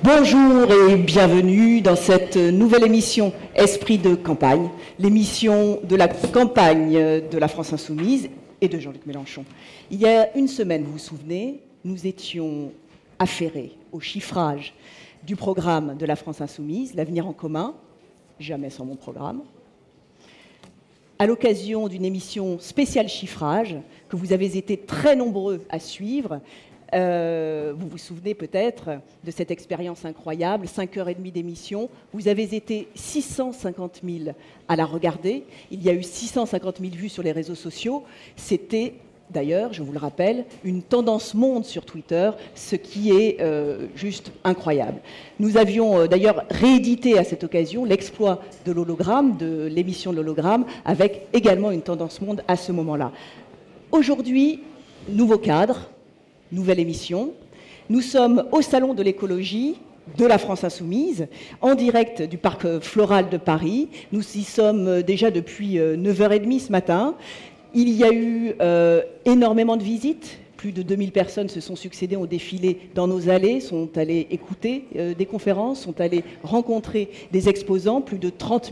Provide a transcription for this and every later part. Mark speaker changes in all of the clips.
Speaker 1: Bonjour et bienvenue dans cette nouvelle émission Esprit de campagne, l'émission de la campagne de la France Insoumise et de Jean-Luc Mélenchon. Il y a une semaine, vous vous souvenez, nous étions affairés au chiffrage du programme de la France Insoumise, l'avenir en commun, jamais sans mon programme, à l'occasion d'une émission spéciale chiffrage que vous avez été très nombreux à suivre. Vous vous souvenez peut-être de cette expérience incroyable, 5h30 d'émission. Vous avez été 650 000 à la regarder. Il y a eu 650 000 vues sur les réseaux sociaux. C'était, d'ailleurs, je vous le rappelle, une tendance monde sur Twitter, ce qui est juste incroyable. Nous avions d'ailleurs réédité à cette occasion l'exploit de l'hologramme, de l'émission de l'hologramme, avec également une tendance monde à ce moment-là. Aujourd'hui, nouveau cadre. Nouvelle émission. Nous sommes au Salon de l'écologie de la France Insoumise, en direct du Parc Floral de Paris. Nous y sommes déjà depuis 9h30 ce matin. Il y a eu énormément de visites. Plus de 2000 personnes se sont succédées, ont défilé dans nos allées, sont allées écouter des conférences, sont allées rencontrer des exposants, plus de 30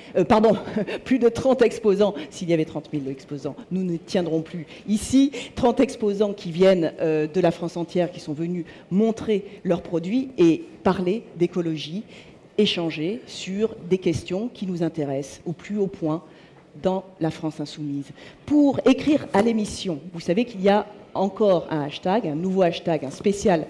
Speaker 1: exposants, s'il y avait 30 000 exposants, nous ne tiendrons plus ici, 30 exposants qui viennent de la France entière, qui sont venus montrer leurs produits et parler d'écologie, échanger sur des questions qui nous intéressent au plus haut point dans la France Insoumise. Pour écrire à l'émission, vous savez qu'il y a encore un hashtag, un nouveau hashtag, un spécial,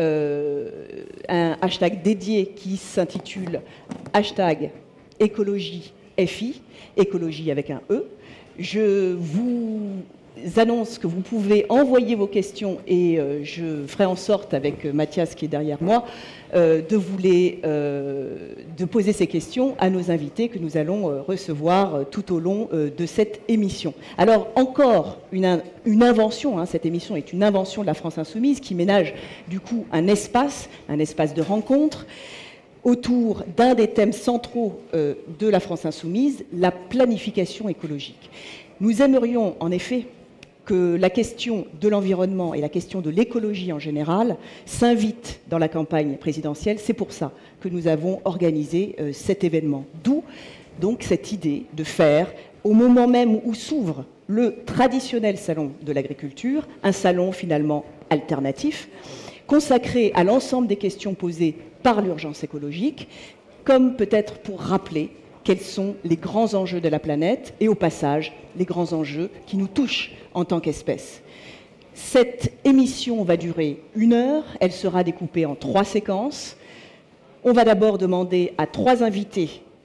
Speaker 1: un hashtag dédié qui s'intitule hashtag écologie FI, écologie avec un E. Je vous annonce que vous pouvez envoyer vos questions et je ferai en sorte, avec Mathias qui est derrière moi, de poser ces questions à nos invités que nous allons recevoir tout au long de cette émission. Alors, encore une invention, hein, cette émission est une invention de la France Insoumise qui ménage du coup un espace de rencontre autour d'un des thèmes centraux de la France Insoumise, la planification écologique. Nous aimerions en effet que la question de l'environnement et la question de l'écologie en général s'invitent dans la campagne présidentielle. C'est pour ça que nous avons organisé cet événement. D'où donc cette idée de faire, au moment même où s'ouvre le traditionnel salon de l'agriculture, un salon finalement alternatif, consacré à l'ensemble des questions posées par l'urgence écologique, comme peut-être pour rappeler quels sont les grands enjeux de la planète et au passage les grands enjeux qui nous touchent en tant qu'espèce. Cette émission va durer 1 heure, elle sera découpée en 3 séquences. On va d'abord demander à 3 invités,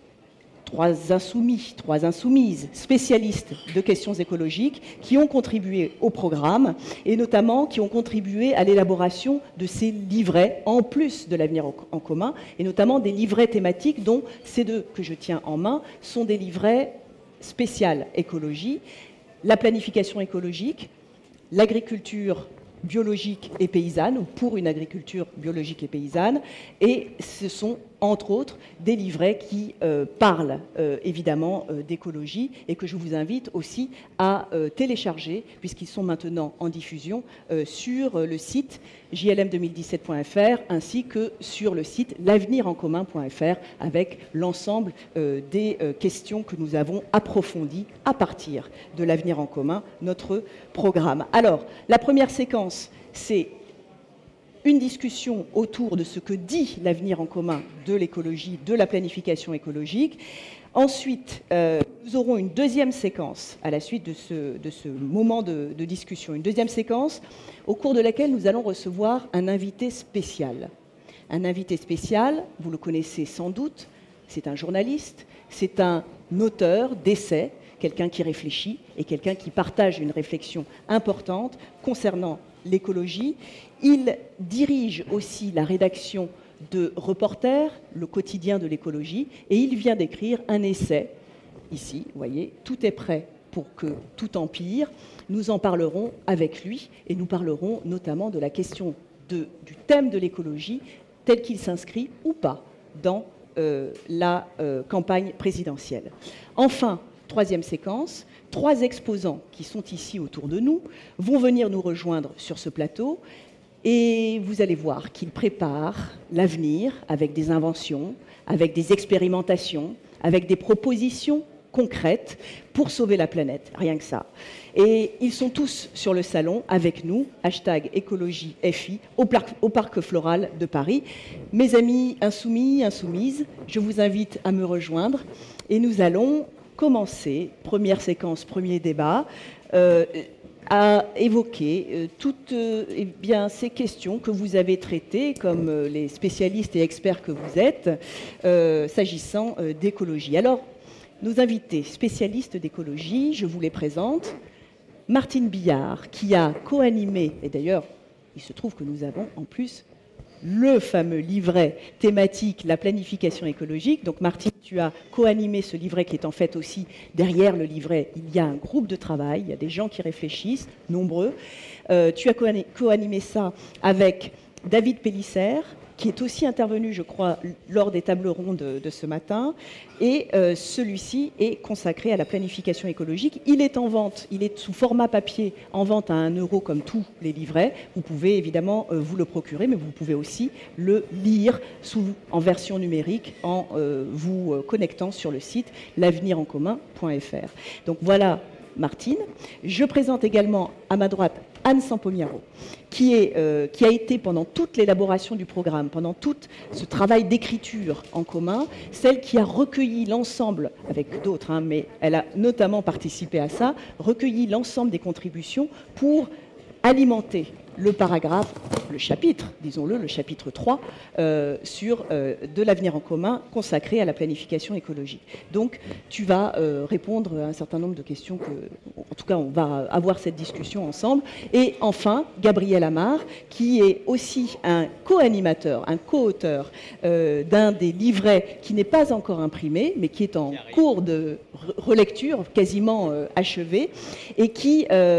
Speaker 1: 3 insoumis, 3 insoumises, spécialistes de questions écologiques qui ont contribué au programme et notamment qui ont contribué à l'élaboration de ces livrets, en plus de l'avenir en commun, et notamment des livrets thématiques dont ces 2 que je tiens en main sont des livrets spécial écologie, la planification écologique, l'agriculture biologique et paysanne, ou pour une agriculture biologique et paysanne, et ce sont entre autres des livrets qui parlent évidemment d'écologie et que je vous invite aussi à télécharger puisqu'ils sont maintenant en diffusion sur le site jlm2017.fr ainsi que sur le site l'avenirencommun.fr avec l'ensemble des questions que nous avons approfondies à partir de l'avenir en commun, notre programme. Alors, la première séquence, c'est une discussion autour de ce que dit l'avenir en commun de l'écologie, de la planification écologique. Ensuite, nous aurons une deuxième séquence à la suite de ce moment de discussion, une deuxième séquence au cours de laquelle nous allons recevoir un invité spécial. Un invité spécial, vous le connaissez sans doute, c'est un journaliste, c'est un auteur d'essais, quelqu'un qui réfléchit et quelqu'un qui partage une réflexion importante concernant l'écologie. Il dirige aussi la rédaction de Reporter, le quotidien de l'écologie, et il vient d'écrire un essai, ici, vous voyez, tout est prêt pour que tout empire. Nous en parlerons avec lui, et nous parlerons notamment de la question du thème de l'écologie, tel qu'il s'inscrit ou pas dans la campagne présidentielle. Enfin, troisième séquence, 3 exposants qui sont ici autour de nous vont venir nous rejoindre sur ce plateau Et vous allez voir qu'il prépare l'avenir avec des inventions, avec des expérimentations, avec des propositions concrètes pour sauver la planète, rien que ça. Et ils sont tous sur le salon avec nous, #écologie-FI, au Parc Floral de Paris. Mes amis insoumis, insoumises, je vous invite à me rejoindre et nous allons commencer, première séquence, premier débat, à évoquer toutes ces questions que vous avez traitées, comme les spécialistes et experts que vous êtes, s'agissant d'écologie. Alors, nos invités spécialistes d'écologie, je vous les présente. Martine Billard, qui a co-animé, et d'ailleurs, il se trouve que nous avons en plus le fameux livret thématique, la planification écologique. Donc Martine, tu as co-animé ce livret qui est en fait aussi derrière le livret. Il y a un groupe de travail, il y a des gens qui réfléchissent, nombreux. Tu as co-animé ça avec David Pélissère, qui est aussi intervenu, je crois, lors des tables rondes de ce matin. Et celui-ci est consacré à la planification écologique. Il est en vente, il est sous format papier, en vente à 1 € comme tous les livrets. Vous pouvez évidemment vous le procurer, mais vous pouvez aussi le lire en version numérique en vous connectant sur le site l'avenirencommun.fr. Donc voilà Martine. Je présente également à ma droite Anne Sampomiaro, qui a été pendant toute l'élaboration du programme, pendant tout ce travail d'écriture en commun, celle qui a recueilli l'ensemble, avec d'autres, mais elle a notamment participé à ça, recueilli l'ensemble des contributions pour alimenter le paragraphe, le chapitre, disons-le, le chapitre 3, sur de l'avenir en commun consacré à la planification écologique. Donc, tu vas répondre à un certain nombre de questions en tout cas, on va avoir cette discussion ensemble. Et enfin, Gabriel Amar, qui est aussi un co-animateur, un co-auteur d'un des livrets qui n'est pas encore imprimé, mais qui est en cours de relecture, quasiment achevé, et qui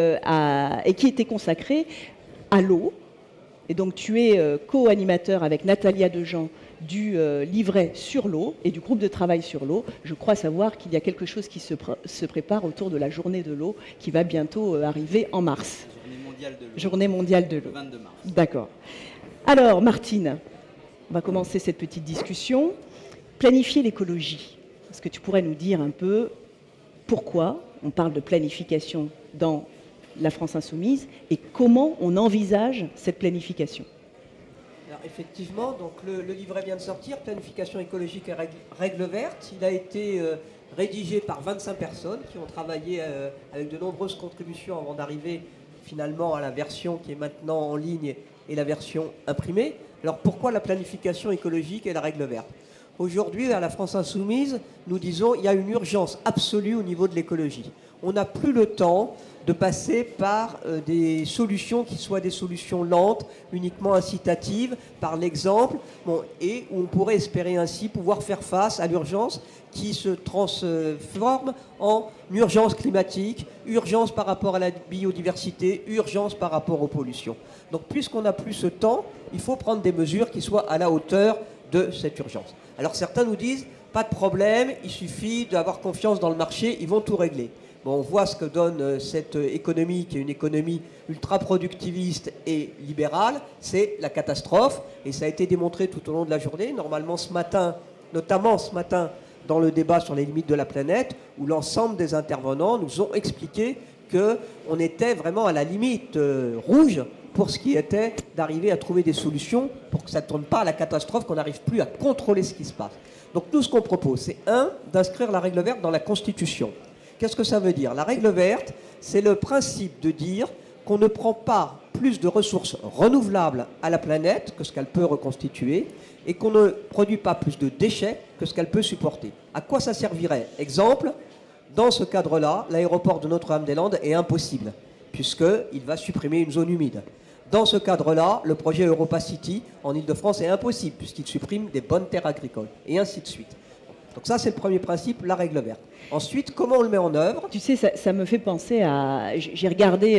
Speaker 1: était consacré à l'eau. Et donc tu es co-animateur avec Natalia Dejean du livret sur l'eau et du groupe de travail sur l'eau. Je crois savoir qu'il y a quelque chose qui se prépare autour de la journée de l'eau qui va bientôt arriver en mars. Journée mondiale de l'eau. Le 22 mars. D'accord. Alors Martine, on va commencer cette petite discussion. Planifier l'écologie. Est-ce que tu pourrais nous dire un peu pourquoi on parle de planification dans la France insoumise et comment on envisage cette planification?
Speaker 2: Alors, effectivement, donc le livret vient de sortir, Planification écologique et règles vertes. Il a été rédigé par 25 personnes qui ont travaillé avec de nombreuses contributions avant d'arriver finalement à la version qui est maintenant en ligne et la version imprimée. Alors pourquoi la planification écologique et la règle verte? Aujourd'hui, à la France insoumise, nous disons qu'il y a une urgence absolue au niveau de l'écologie. On n'a plus le temps de passer par des solutions qui soient des solutions lentes, uniquement incitatives, par l'exemple, et où on pourrait espérer ainsi pouvoir faire face à l'urgence qui se transforme en urgence climatique, urgence par rapport à la biodiversité, urgence par rapport aux pollutions. Donc puisqu'on n'a plus ce temps, il faut prendre des mesures qui soient à la hauteur de cette urgence. Alors certains nous disent, pas de problème, il suffit d'avoir confiance dans le marché, ils vont tout régler. Bon, on voit ce que donne cette économie, qui est une économie ultra-productiviste et libérale, c'est la catastrophe, et ça a été démontré tout au long de la journée. Normalement ce matin, notamment ce matin, dans le débat sur les limites de la planète, où l'ensemble des intervenants nous ont expliqué qu'on était vraiment à la limite rouge pour ce qui était d'arriver à trouver des solutions pour que ça ne tourne pas à la catastrophe, qu'on n'arrive plus à contrôler ce qui se passe. Donc nous, ce qu'on propose, c'est d'inscrire la règle verte dans la Constitution. Qu'est-ce que ça veut dire? La règle verte, c'est le principe de dire qu'on ne prend pas plus de ressources renouvelables à la planète que ce qu'elle peut reconstituer et qu'on ne produit pas plus de déchets que ce qu'elle peut supporter. À quoi ça servirait? Exemple, dans ce cadre-là, l'aéroport de Notre-Dame-des-Landes est impossible puisqu'il va supprimer une zone humide. Dans ce cadre-là, le projet Europa City en Ile-de-France est impossible puisqu'il supprime des bonnes terres agricoles et ainsi de suite. Donc ça, c'est le premier principe, la règle verte. Ensuite, comment on le met en œuvre?
Speaker 1: Tu sais, ça me fait penser à... J'ai regardé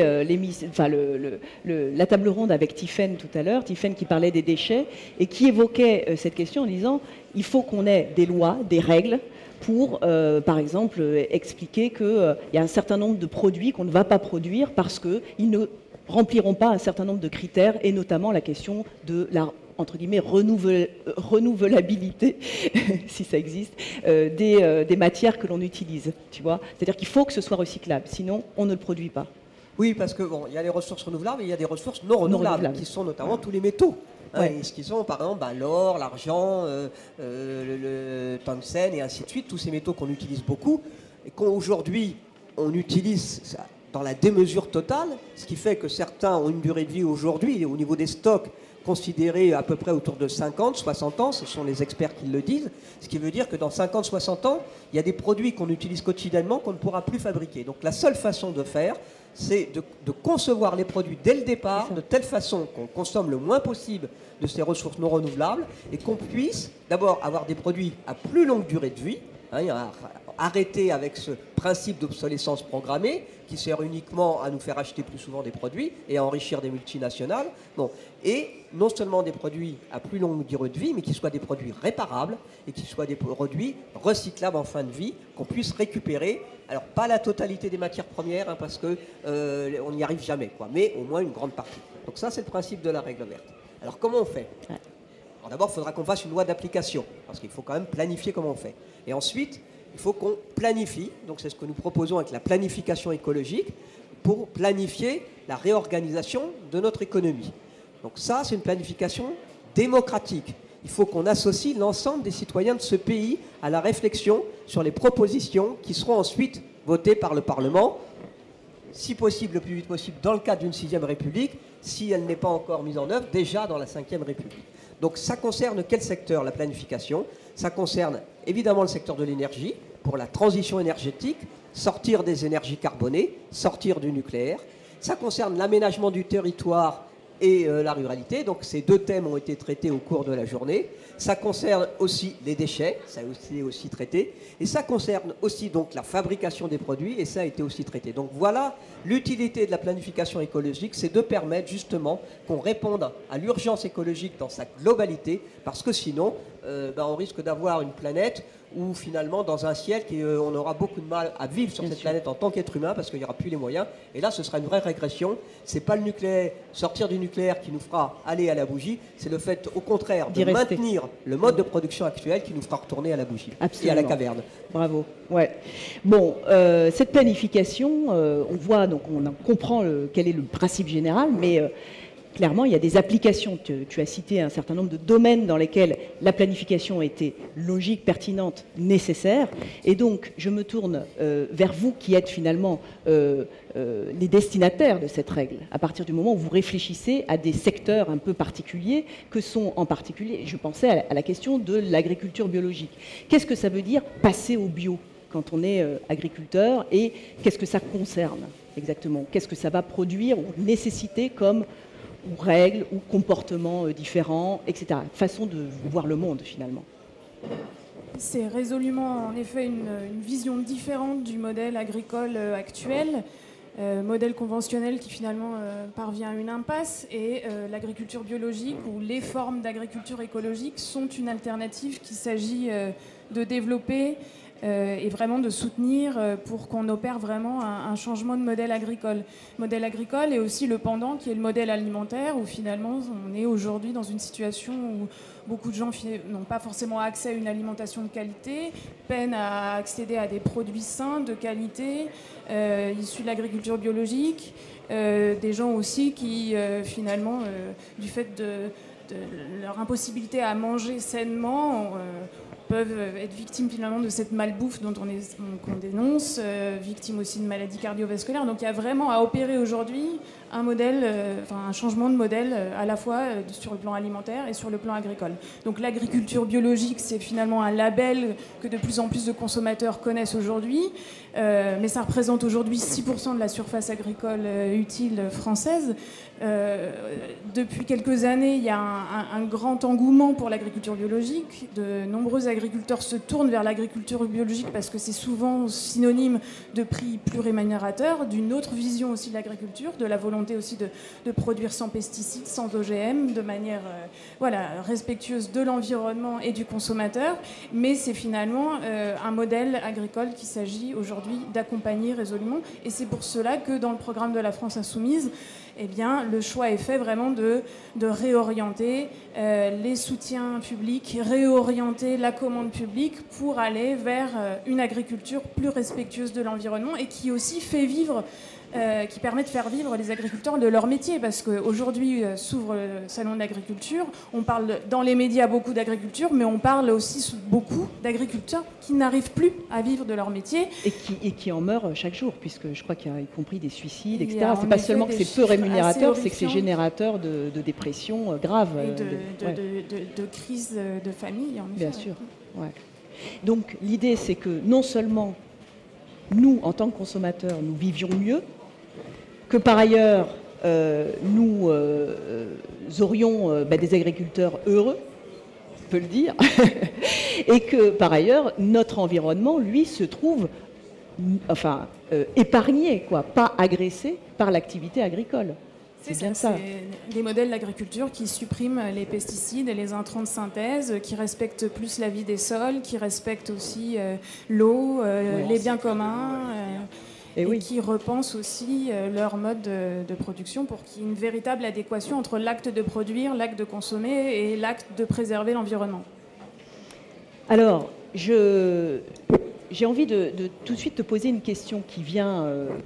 Speaker 1: la table ronde avec Tiffaine tout à l'heure, Tiffaine qui parlait des déchets et qui évoquait cette question en disant il faut qu'on ait des lois, des règles pour, par exemple, expliquer qu'il y a un certain nombre de produits qu'on ne va pas produire parce qu'ils ne rempliront pas un certain nombre de critères, et notamment la question de la entre guillemets renouvelabilité, si ça existe, des matières que l'on utilise. Tu vois, c'est-à-dire qu'il faut que ce soit recyclable, sinon on ne le produit pas.
Speaker 2: Oui, parce que bon, il y a les ressources renouvelables et il y a des ressources non renouvelables, qui sont notamment tous les métaux. Et ce qui sont, par exemple, l'or, l'argent, le tungstène et ainsi de suite, tous ces métaux qu'on utilise beaucoup et qu'aujourd'hui on utilise dans la démesure totale, ce qui fait que certains ont une durée de vie aujourd'hui au niveau des stocks considérés à peu près autour de 50, 60 ans, ce sont les experts qui le disent, ce qui veut dire que dans 50, 60 ans, il y a des produits qu'on utilise quotidiennement qu'on ne pourra plus fabriquer. Donc la seule façon de faire, c'est de concevoir les produits dès le départ, de telle façon qu'on consomme le moins possible de ces ressources non renouvelables et qu'on puisse d'abord avoir des produits à plus longue durée de vie, arrêter avec ce principe d'obsolescence programmée qui sert uniquement à nous faire acheter plus souvent des produits et à enrichir des multinationales. Bon. Et non seulement des produits à plus longue durée de vie, mais qui soient des produits réparables et qui soient des produits recyclables en fin de vie, qu'on puisse récupérer. Alors, pas la totalité des matières premières, parce qu'on n'y arrive jamais, mais au moins une grande partie. Donc ça, c'est le principe de la règle verte. Alors, comment on fait ? Alors, d'abord, il faudra qu'on fasse une loi d'application, parce qu'il faut quand même planifier comment on fait. Et ensuite, il faut qu'on planifie, donc c'est ce que nous proposons avec la planification écologique, pour planifier la réorganisation de notre économie. Donc ça, c'est une planification démocratique. Il faut qu'on associe l'ensemble des citoyens de ce pays à la réflexion sur les propositions qui seront ensuite votées par le Parlement, si possible, le plus vite possible, dans le cadre d'une 6e République, si elle n'est pas encore mise en œuvre, déjà dans la 5e République. Donc ça concerne quel secteur, la planification ? Ça concerne évidemment le secteur de l'énergie, pour la transition énergétique, sortir des énergies carbonées, sortir du nucléaire. Ça concerne l'aménagement du territoire et la ruralité. Donc ces deux thèmes ont été traités au cours de la journée. Ça concerne aussi les déchets, ça a été aussi traité. Et ça concerne aussi donc la fabrication des produits, et ça a été aussi traité. Donc voilà, l'utilité de la planification écologique, c'est de permettre justement qu'on réponde à l'urgence écologique dans sa globalité, parce que sinon, on risque d'avoir une planète où finalement, dans un siècle, on aura beaucoup de mal à vivre sur cette planète en tant qu'être humain, parce qu'il n'y aura plus les moyens. Et là, ce sera une vraie régression. C'est pas le nucléaire, sortir du nucléaire qui nous fera aller à la bougie, c'est le fait, au contraire, de maintenir le mode de production actuel qui nous fera retourner à la bougie. Absolument. Et à la caverne.
Speaker 1: Bravo. Ouais. Bon, cette planification, on voit, donc on comprend quel est le principe général, mais clairement, il y a des applications. Tu as cité un certain nombre de domaines dans lesquels la planification était logique, pertinente, nécessaire. Et donc, je me tourne vers vous qui êtes finalement les destinataires de cette règle. À partir du moment où vous réfléchissez à des secteurs un peu particuliers, que sont en particulier, je pensais à la question de l'agriculture biologique. Qu'est-ce que ça veut dire passer au bio quand on est agriculteur, et qu'est-ce que ça concerne exactement? Qu'est-ce que ça va produire ou nécessiter comme ou règles, ou comportements différents, etc. Façon de voir le monde, finalement.
Speaker 3: C'est résolument, en effet, une vision différente du modèle agricole actuel, modèle conventionnel qui, finalement, parvient à une impasse, et l'agriculture biologique, ou les formes d'agriculture écologique, sont une alternative qu'il s'agit de développer et vraiment de soutenir pour qu'on opère vraiment un changement de modèle agricole. Modèle agricole et aussi le pendant qui est le modèle alimentaire, où finalement on est aujourd'hui dans une situation où beaucoup de gens n'ont pas forcément accès à une alimentation de qualité, peinent à accéder à des produits sains, de qualité, issus de l'agriculture biologique, des gens aussi qui finalement, du fait de leur impossibilité à manger sainement, peuvent être victimes finalement de cette malbouffe qu'on dénonce, victimes aussi de maladies cardiovasculaires. Donc il y a vraiment à opérer aujourd'hui un modèle, un changement de modèle à la fois sur le plan alimentaire et sur le plan agricole. Donc l'agriculture biologique, c'est finalement un label que de plus en plus de consommateurs connaissent aujourd'hui, mais ça représente aujourd'hui 6% de la surface agricole utile française. Depuis quelques années, il y a un grand engouement pour l'agriculture biologique. De nombreux agriculteurs agriculteurs se tournent vers l'agriculture biologique parce que c'est souvent synonyme de prix plus rémunérateur, d'une autre vision aussi de l'agriculture, de la volonté aussi de produire sans pesticides, sans OGM, de manière respectueuse de l'environnement et du consommateur. Mais c'est finalement un modèle agricole qu'il s'agit aujourd'hui d'accompagner résolument. Et c'est pour cela que dans le programme de la France Insoumise, eh bien, le choix est fait vraiment de réorienter les soutiens publics, réorienter la commande publique pour aller vers une agriculture plus respectueuse de l'environnement et qui aussi fait vivre, qui permet de faire vivre les agriculteurs de leur métier. Parce qu'aujourd'hui s'ouvre le salon de l'agriculture, on parle dans les médias beaucoup d'agriculture, mais on parle aussi beaucoup d'agriculteurs qui n'arrivent plus à vivre de leur métier.
Speaker 1: Et qui en meurent chaque jour, puisque je crois qu'il y a y compris des suicides, etc. C'est pas seulement que c'est peu rémunérateur, c'est que c'est générateur de dépression grave.
Speaker 3: Et de crise de famille, en effet.
Speaker 1: Bien sûr. Ouais. Donc l'idée, c'est que non seulement nous, en tant que consommateurs, nous vivions mieux, que par ailleurs, nous aurions des agriculteurs heureux, on peut le dire, et que par ailleurs, notre environnement, lui, se trouve épargné, pas agressé par l'activité agricole.
Speaker 3: C'est bien ça. C'est des modèles d'agriculture qui suppriment les pesticides et les intrants de synthèse, qui respectent plus la vie des sols, qui respectent aussi l'eau, les biens communs, et qui repensent aussi leur mode de production pour qu'il y ait une véritable adéquation entre l'acte de produire, l'acte de consommer et l'acte de préserver l'environnement.
Speaker 1: Alors, j'ai envie de tout de suite te poser une question qui vient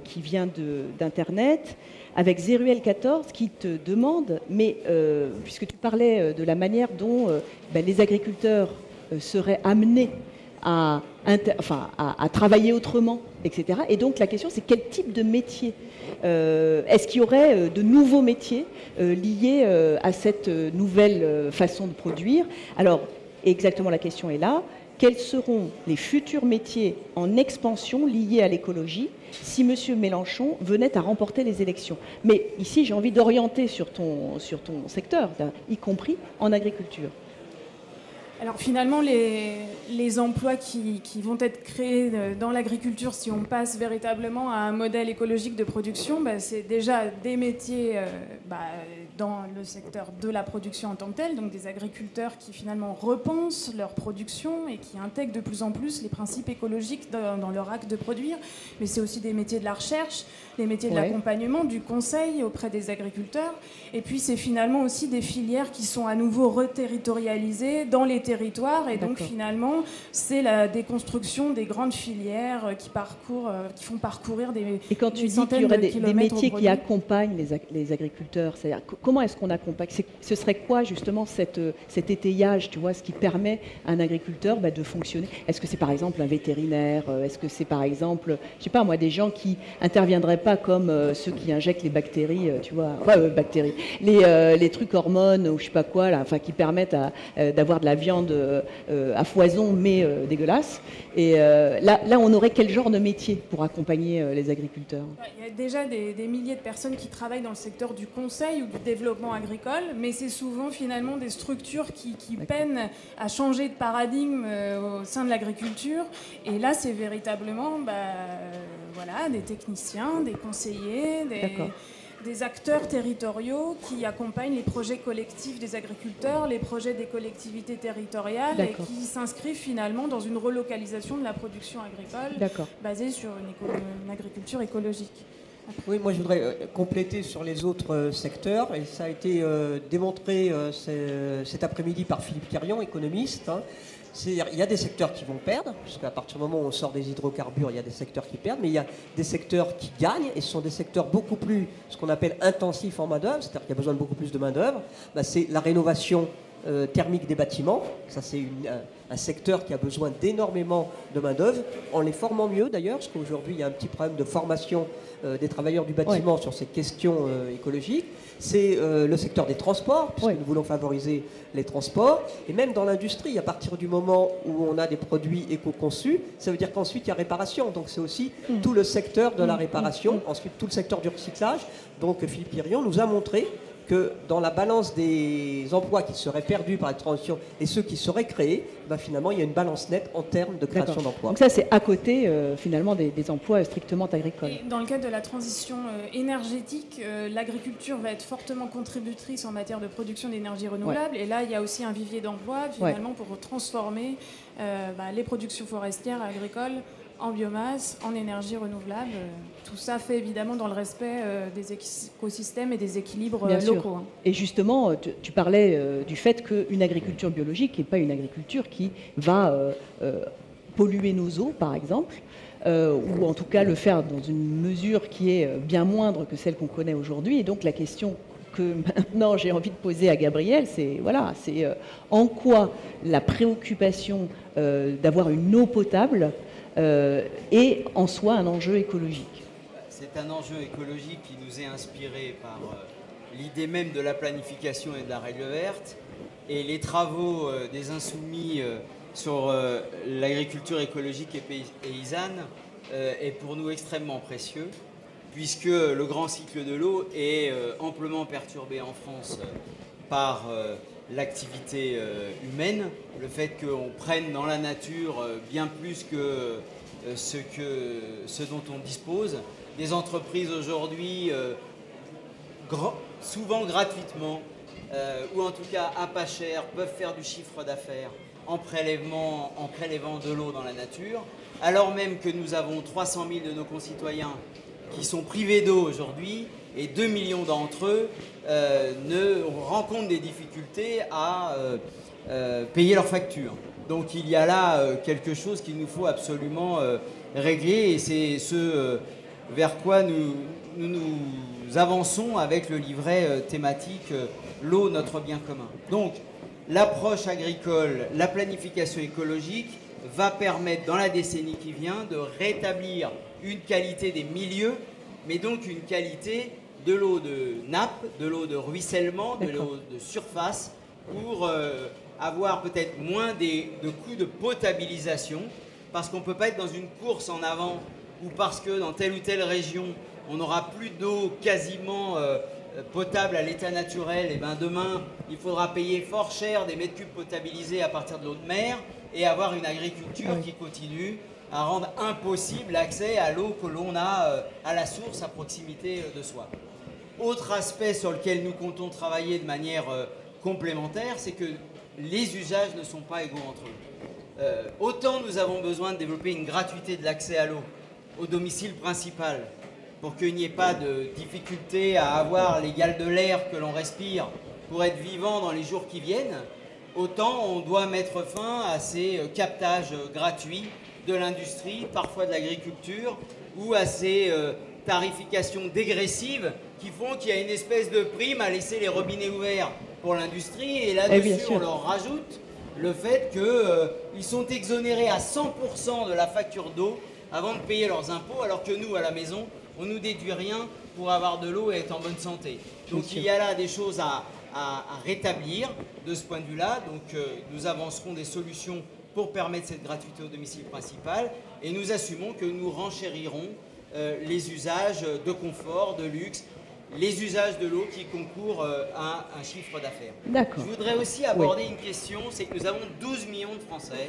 Speaker 1: d'Internet, avec Zeruel14 qui te demande, mais puisque tu parlais de la manière dont les agriculteurs seraient amenés à travailler autrement, etc. Et donc la question, c'est quel type de métier est-ce qu'il y aurait de nouveaux métiers liés à cette nouvelle façon de produire? Alors, exactement, la question est là. Quels seront les futurs métiers en expansion liés à l'écologie si M. Mélenchon venait à remporter les élections? Mais ici, j'ai envie d'orienter sur ton secteur, y compris en agriculture.
Speaker 3: Alors finalement, les emplois qui vont être créés dans l'agriculture, si on passe véritablement à un modèle écologique de production, c'est déjà des métiers dans le secteur de la production en tant que tel, donc des agriculteurs qui finalement repensent leur production et qui intègrent de plus en plus les principes écologiques dans leur acte de produire. Mais c'est aussi des métiers de la recherche, des métiers de l'accompagnement, du conseil auprès des agriculteurs. Et puis c'est finalement aussi des filières qui sont à nouveau reterritorialisées dans les territoires. Et donc finalement, c'est la déconstruction des grandes filières qui font parcourir des
Speaker 1: Et quand tu dis qu'il y aurait des métiers qui accompagnent les agriculteurs, c'est-à-dire comment est-ce qu'on accompagne? Ce serait quoi justement cet étayage, tu vois, ce qui permet à un agriculteur de fonctionner? Est-ce que c'est par exemple un vétérinaire? Est-ce que c'est par exemple, je sais pas moi, des gens qui interviendraient pas comme ceux qui injectent les bactéries, tu vois, bactéries, les trucs hormones ou je sais pas quoi, là, qui permettent d'avoir de la viande à foison mais dégueulasse. Et là, on aurait quel genre de métier pour accompagner les agriculteurs?
Speaker 3: Il y a déjà des milliers de personnes qui travaillent dans le secteur du conseil ou du développement agricole, mais c'est souvent finalement des structures qui peinent à changer de paradigme au sein de l'agriculture. Et là, c'est véritablement des techniciens, des conseillers, des acteurs territoriaux qui accompagnent les projets collectifs des agriculteurs, les projets des collectivités territoriales et qui s'inscrivent finalement dans une relocalisation de la production agricole basée sur une agriculture écologique.
Speaker 2: Oui, moi je voudrais compléter sur les autres secteurs, et ça a été démontré cet après-midi par Philippe Quirion, économiste. C'est-à-dire, il y a des secteurs qui vont perdre, puisqu'à partir du moment où on sort des hydrocarbures, il y a des secteurs qui perdent, mais il y a des secteurs qui gagnent, et ce sont des secteurs beaucoup plus, ce qu'on appelle intensifs en main-d'œuvre, c'est-à-dire qu'il y a besoin de beaucoup plus de main-d'œuvre. C'est la rénovation thermique des bâtiments. Ça, c'est un secteur qui a besoin d'énormément de main-d'œuvre, en les formant mieux d'ailleurs, parce qu'aujourd'hui, il y a un petit problème de formation des travailleurs du bâtiment sur ces questions écologiques. C'est le secteur des transports, puisque nous voulons favoriser les transports. Et même dans l'industrie, à partir du moment où on a des produits éco-conçus, ça veut dire qu'ensuite il y a réparation. Donc c'est aussi tout le secteur de la réparation, ensuite tout le secteur du recyclage. Donc Philippe Quirion nous a montré que dans la balance des emplois qui seraient perdus par la transition et ceux qui seraient créés, ben finalement, il y a une balance nette en termes de création d'emplois.
Speaker 1: Donc ça, c'est à côté, finalement, des emplois strictement agricoles.
Speaker 3: Et dans le cadre de la transition énergétique, l'agriculture va être fortement contributrice en matière de production d'énergie renouvelable. Ouais. Et là, il y a aussi un vivier d'emplois, finalement, pour transformer les productions forestières agricoles en biomasse, en énergie renouvelable. Tout ça fait évidemment dans le respect des écosystèmes et des équilibres locaux. Hein.
Speaker 1: Et justement, tu parlais du fait qu'une agriculture biologique n'est pas une agriculture qui va polluer nos eaux, par exemple, ou en tout cas le faire dans une mesure qui est bien moindre que celle qu'on connaît aujourd'hui. Et donc la question que maintenant j'ai envie de poser à Gabriel, c'est en quoi la préoccupation d'avoir une eau potable est en soi un enjeu écologique.
Speaker 4: C'est un enjeu écologique qui nous est inspiré par l'idée même de la planification et de la règle verte, et les travaux des Insoumis sur l'agriculture écologique et paysanne est pour nous extrêmement précieux, puisque le grand cycle de l'eau est amplement perturbé en France par l'activité humaine, le fait qu'on prenne dans la nature bien plus que ce dont on dispose. Des entreprises aujourd'hui, souvent gratuitement, ou en tout cas à pas cher, peuvent faire du chiffre d'affaires en prélevant de l'eau dans la nature, alors même que nous avons 300 000 de nos concitoyens qui sont privés d'eau aujourd'hui, et 2 millions d'entre eux rencontrent des difficultés à payer leurs factures. Donc il y a là quelque chose qu'il nous faut absolument régler, et c'est ce vers quoi nous avançons avec le livret thématique l'eau, notre bien commun. Donc l'approche agricole, la planification écologique va permettre dans la décennie qui vient de rétablir une qualité des milieux, mais donc une qualité de l'eau de nappe, de l'eau de ruissellement, de l'eau de surface, pour avoir peut-être moins de coûts de potabilisation, parce qu'on ne peut pas être dans une course en avant, ou parce que dans telle ou telle région, on n'aura plus d'eau quasiment potable à l'état naturel, et bien demain, il faudra payer fort cher des mètres cubes potabilisés à partir de l'eau de mer, et avoir une agriculture qui continue à rendre impossible l'accès à l'eau que l'on a à la source, à proximité de soi. Autre aspect sur lequel nous comptons travailler de manière complémentaire, c'est que les usages ne sont pas égaux entre eux. Autant nous avons besoin de développer une gratuité de l'accès à l'eau au domicile principal, pour qu'il n'y ait pas de difficulté à avoir l'égal de l'air que l'on respire pour être vivant dans les jours qui viennent, autant on doit mettre fin à ces captages gratuits de l'industrie, parfois de l'agriculture, ou à ces tarifications dégressives qui font qu'il y a une espèce de prime à laisser les robinets ouverts pour l'industrie, et là-dessus on leur rajoute le fait qu'ils sont exonérés à 100% de la facture d'eau avant de payer leurs impôts, alors que nous, à la maison, on ne nous déduit rien pour avoir de l'eau et être en bonne santé. Donc il y a là des choses à rétablir de ce point de vue-là. Donc nous avancerons des solutions pour permettre cette gratuité au domicile principal, et nous assumons que nous renchérirons les usages de confort, de luxe, les usages de l'eau qui concourent à un chiffre d'affaires. Je voudrais aussi aborder une question, c'est que nous avons 12 millions de Français,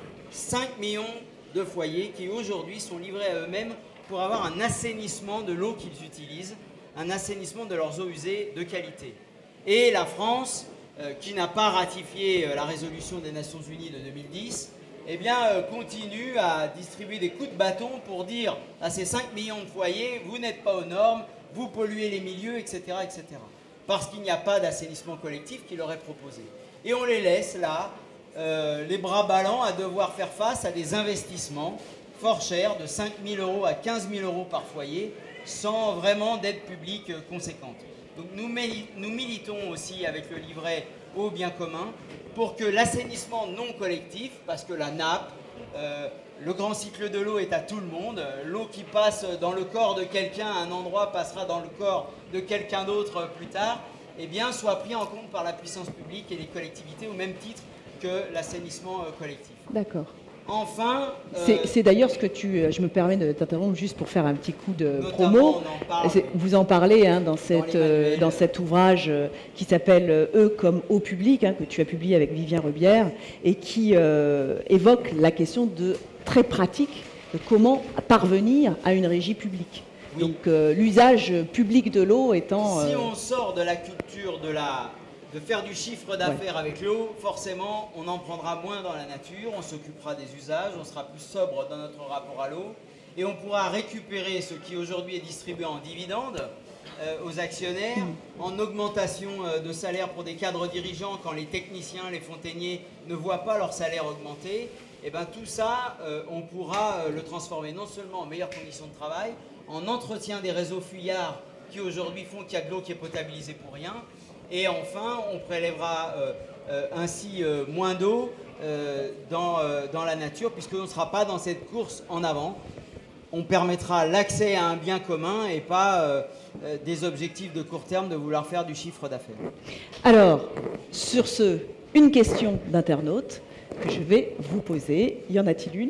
Speaker 4: 5 millions de foyers qui aujourd'hui sont livrés à eux-mêmes pour avoir un assainissement de l'eau qu'ils utilisent, un assainissement de leurs eaux usées de qualité. Et la France, qui n'a pas ratifié la résolution des Nations Unies de 2010, eh bien, continue à distribuer des coups de bâton pour dire à ces 5 millions de foyers, vous n'êtes pas aux normes, vous polluez les milieux, etc. etc. parce qu'il n'y a pas d'assainissement collectif qui leur est proposé. Et on les laisse là, les bras ballants, à devoir faire face à des investissements fort chers de 5 000 € à 15 000 € par foyer, sans vraiment d'aide publique conséquente. Donc nous militons aussi avec le livret au bien commun pour que l'assainissement non collectif, parce que la nappe, le grand cycle de l'eau est à tout le monde, l'eau qui passe dans le corps de quelqu'un à un endroit passera dans le corps de quelqu'un d'autre plus tard, eh bien, soit pris en compte par la puissance publique et les collectivités au même titre que l'assainissement collectif.
Speaker 1: D'accord.
Speaker 4: Enfin...
Speaker 1: C'est d'ailleurs ce que je me permets de t'interrompre juste pour faire un petit coup de
Speaker 4: promo.
Speaker 1: Vous en parlez dans cet ouvrage qui s'appelle Eux comme au public, que tu as publié avec Vivien Rebière, et qui évoque la question très pratique de comment parvenir à une régie publique. Oui. Donc l'usage public de l'eau étant...
Speaker 4: Si on sort de la culture de faire du chiffre d'affaires avec l'eau, forcément, on en prendra moins dans la nature, on s'occupera des usages, on sera plus sobre dans notre rapport à l'eau, et on pourra récupérer ce qui aujourd'hui est distribué en dividendes aux actionnaires, en augmentation de salaire pour des cadres dirigeants quand les techniciens, les fontainiers ne voient pas leur salaire augmenter. Et bien tout ça, on pourra le transformer non seulement en meilleures conditions de travail, en entretien des réseaux fuyards qui aujourd'hui font qu'il y a de l'eau qui est potabilisée pour rien. Et enfin, on prélèvera ainsi moins d'eau dans la nature, puisqu'on ne sera pas dans cette course en avant. On permettra l'accès à un bien commun et pas des objectifs de court terme de vouloir faire du chiffre d'affaires.
Speaker 1: Alors, sur ce, une question d'internaute que je vais vous poser. Y en a-t-il une ?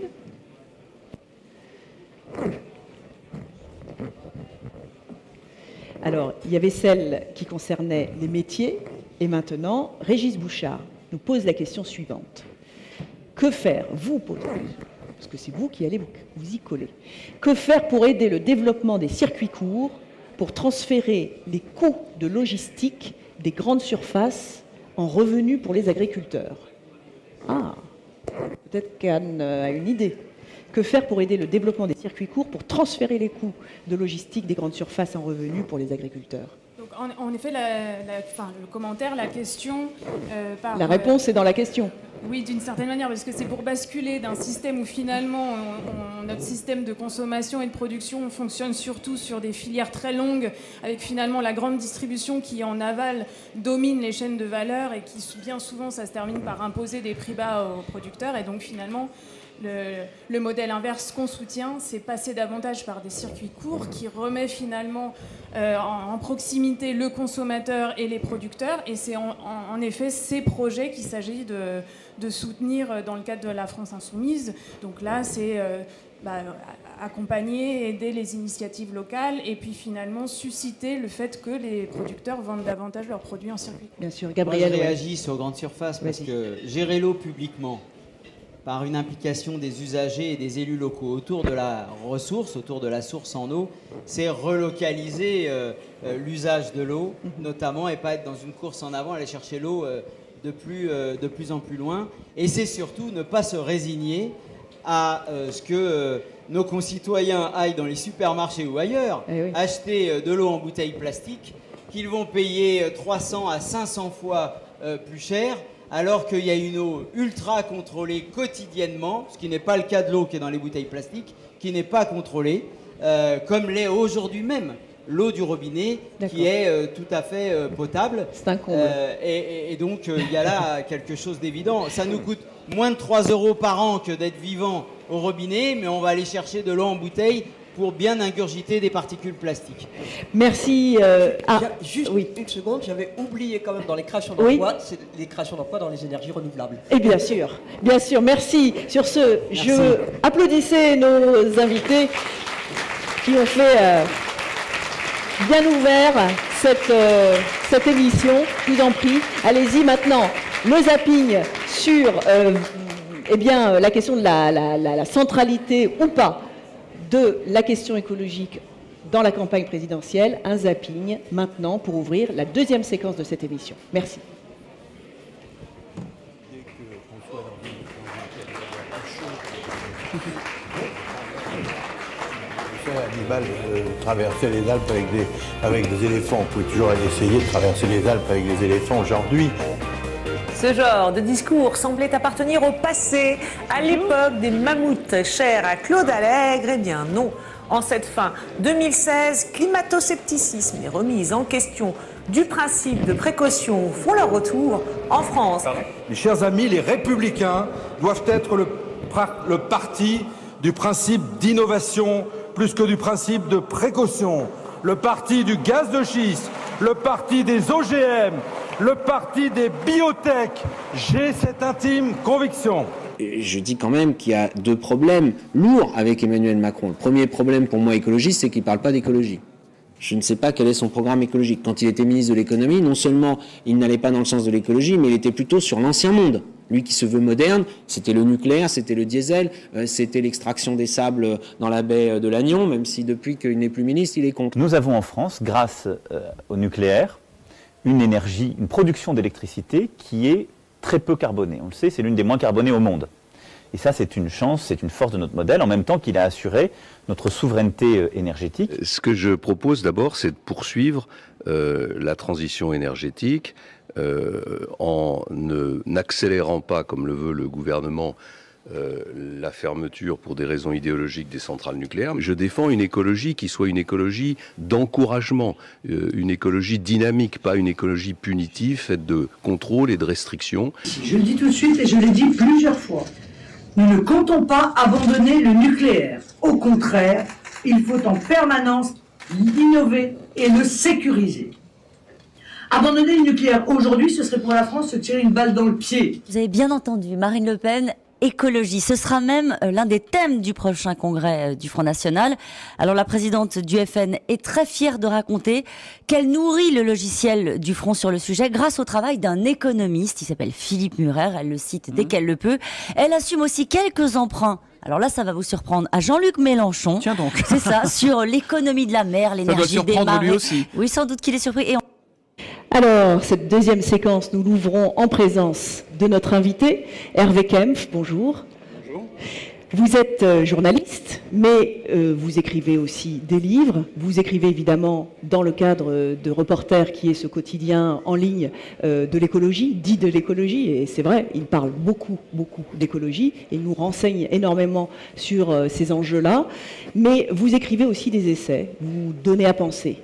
Speaker 1: Alors, il y avait celle qui concernait les métiers, et maintenant, Régis Bouchard nous pose la question suivante. Que faire, vous, parce que c'est vous qui allez vous y coller, que faire pour aider le développement des circuits courts, pour transférer les coûts de logistique des grandes surfaces en revenus pour les agriculteurs ? Ah, peut-être qu'Anne a une idée. Que faire pour aider le développement des circuits courts, pour transférer les coûts de logistique des grandes surfaces en revenus pour les agriculteurs ?
Speaker 3: Donc, en effet, le commentaire, la question...
Speaker 1: la réponse est dans la question.
Speaker 3: Oui, d'une certaine manière, parce que c'est pour basculer d'un système où finalement notre système de consommation et de production fonctionne surtout sur des filières très longues, avec finalement la grande distribution qui en aval domine les chaînes de valeur et qui bien souvent ça se termine par imposer des prix bas aux producteurs. Et donc finalement le modèle inverse qu'on soutient, c'est passer davantage par des circuits courts qui remet finalement en proximité le consommateur et les producteurs. Et c'est en effet ces projets qu'il s'agit de soutenir dans le cadre de la France Insoumise. Donc là, c'est accompagner, aider les initiatives locales et puis finalement susciter le fait que les producteurs vendent davantage leurs produits en circuit.
Speaker 1: Bien sûr, Gabriel.
Speaker 4: Moi, je réagis sur grande surface parce que gérer l'eau publiquement par une implication des usagers et des élus locaux autour de la ressource, autour de la source en eau, c'est relocaliser l'usage de l'eau, notamment, et pas être dans une course en avant, aller chercher l'eau de plus en plus loin. Et c'est surtout ne pas se résigner à ce que nos concitoyens aillent dans les supermarchés ou ailleurs, acheter de l'eau en bouteille plastique, qu'ils vont payer 300 à 500 fois plus cher, alors qu'il y a une eau ultra contrôlée quotidiennement, ce qui n'est pas le cas de l'eau qui est dans les bouteilles plastiques, qui n'est pas contrôlée, comme l'est aujourd'hui même l'eau du robinet, qui est tout à fait potable.
Speaker 1: C'est un comble.
Speaker 4: Et donc, il y a là quelque chose d'évident. Ça nous coûte moins de 3 € par an que d'être vivant au robinet, mais on va aller chercher de l'eau en bouteille pour bien ingurgiter des particules plastiques.
Speaker 1: Merci.
Speaker 2: Juste une seconde, j'avais oublié quand même dans les créations d'emplois, c'est les créations d'emplois dans les énergies renouvelables.
Speaker 1: Et bien sûr, merci. Sur ce, je applaudissais nos invités qui ont fait bien ouvert cette émission. Je vous en prie, allez-y maintenant. Le zapping sur la question de la centralité ou pas de la question écologique dans la campagne présidentielle, un zapping maintenant pour ouvrir la deuxième séquence de cette émission. Merci.
Speaker 5: Hannibal traverser les Alpes avec des éléphants. Vous pouvez toujours essayer de traverser les Alpes avec des éléphants aujourd'hui.
Speaker 6: Ce genre de discours semblait appartenir au passé, à l'époque des mammouths chers à Claude Allègre. Eh bien non, en cette fin 2016, climato-scepticisme et remise en question du principe de précaution font leur retour en France.
Speaker 7: Mes chers amis, les Républicains doivent être le parti du principe d'innovation plus que du principe de précaution, le parti du gaz de schiste, le parti des OGM, le parti des biotech. J'ai cette intime conviction.
Speaker 8: je dis quand même qu'il y a 2 problèmes lourds avec Emmanuel Macron. Le premier problème pour moi écologiste, c'est qu'il ne parle pas d'écologie. Je ne sais pas quel est son programme écologique. Quand il était ministre de l'économie, non seulement il n'allait pas dans le sens de l'écologie, mais il était plutôt sur l'ancien monde. Lui qui se veut moderne, c'était le nucléaire, c'était le diesel, c'était l'extraction des sables dans la baie de Lannion, même si depuis qu'il n'est plus ministre, il est contre.
Speaker 9: Nous avons en France, grâce au nucléaire, une production d'électricité qui est très peu carbonée. On le sait, c'est l'une des moins carbonées au monde. Et ça, c'est une chance, c'est une force de notre modèle, en même temps qu'il a assuré notre souveraineté énergétique.
Speaker 10: Ce que je propose d'abord, c'est de poursuivre la transition énergétique en n'accélérant pas, comme le veut le gouvernement, la fermeture pour des raisons idéologiques des centrales nucléaires. Je défends une écologie qui soit une écologie d'encouragement, une écologie dynamique, pas une écologie punitive, faite de contrôle et de restrictions.
Speaker 11: Je le dis tout de suite et je l'ai dit plusieurs fois. Nous ne comptons pas abandonner le nucléaire. Au contraire, il faut en permanence l'innover et le sécuriser. Abandonner le nucléaire aujourd'hui, ce serait pour la France se tirer une balle dans le pied.
Speaker 12: Vous avez bien entendu, Marine Le Pen, écologie. Ce sera même l'un des thèmes du prochain congrès du Front National. Alors la présidente du FN est très fière de raconter qu'elle nourrit le logiciel du Front sur le sujet grâce au travail d'un économiste. Il s'appelle Philippe Murer, elle le cite dès qu'elle le peut. Elle assume aussi quelques emprunts. Alors là, ça va vous surprendre, à Jean-Luc Mélenchon.
Speaker 13: Tiens donc.
Speaker 12: C'est ça, sur l'économie de la mer, l'énergie des marées.
Speaker 13: Lui aussi.
Speaker 12: Oui, sans doute qu'il est surpris. Et
Speaker 1: Alors, cette deuxième séquence, nous l'ouvrons en présence de notre invité, Hervé Kempf. Bonjour.
Speaker 10: Bonjour.
Speaker 1: Vous êtes journaliste, mais vous écrivez aussi des livres. Vous écrivez évidemment dans le cadre de Reporter, qui est ce quotidien en ligne de l'écologie, dit de l'écologie, et c'est vrai, il parle beaucoup d'écologie, et il nous renseigne énormément sur ces enjeux-là. Mais vous écrivez aussi des essais, vous donnez à penser.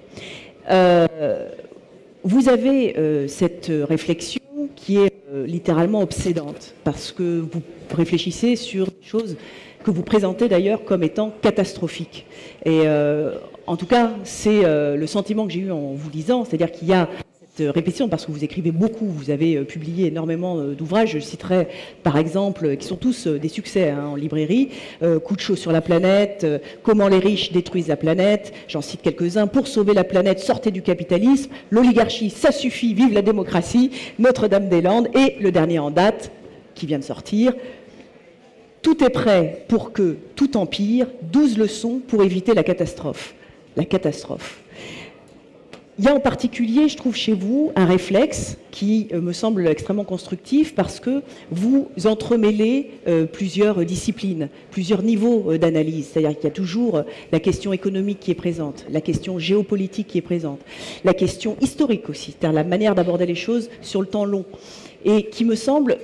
Speaker 1: Vous avez cette réflexion qui est littéralement obsédante, parce que vous réfléchissez sur des choses que vous présentez d'ailleurs comme étant catastrophiques. Et en tout cas, c'est le sentiment que j'ai eu en vous lisant, c'est-à-dire qu'il y a cette répétition, parce que vous écrivez beaucoup, vous avez publié énormément d'ouvrages, je citerai par exemple, qui sont tous des succès en librairie, Coup de chaud sur la planète, Comment les riches détruisent la planète, j'en cite quelques-uns, Pour sauver la planète, sortez du capitalisme, L'oligarchie, ça suffit, vive la démocratie, Notre-Dame-des-Landes, et le dernier en date, qui vient de sortir, Tout est prêt pour que tout empire, 12 leçons pour éviter la catastrophe. La catastrophe. Il y a en particulier, je trouve chez vous, un réflexe qui me semble extrêmement constructif parce que vous entremêlez plusieurs disciplines, plusieurs niveaux d'analyse. C'est-à-dire qu'il y a toujours la question économique qui est présente, la question géopolitique qui est présente, la question historique aussi, c'est-à-dire la manière d'aborder les choses sur le temps long, et qui me semble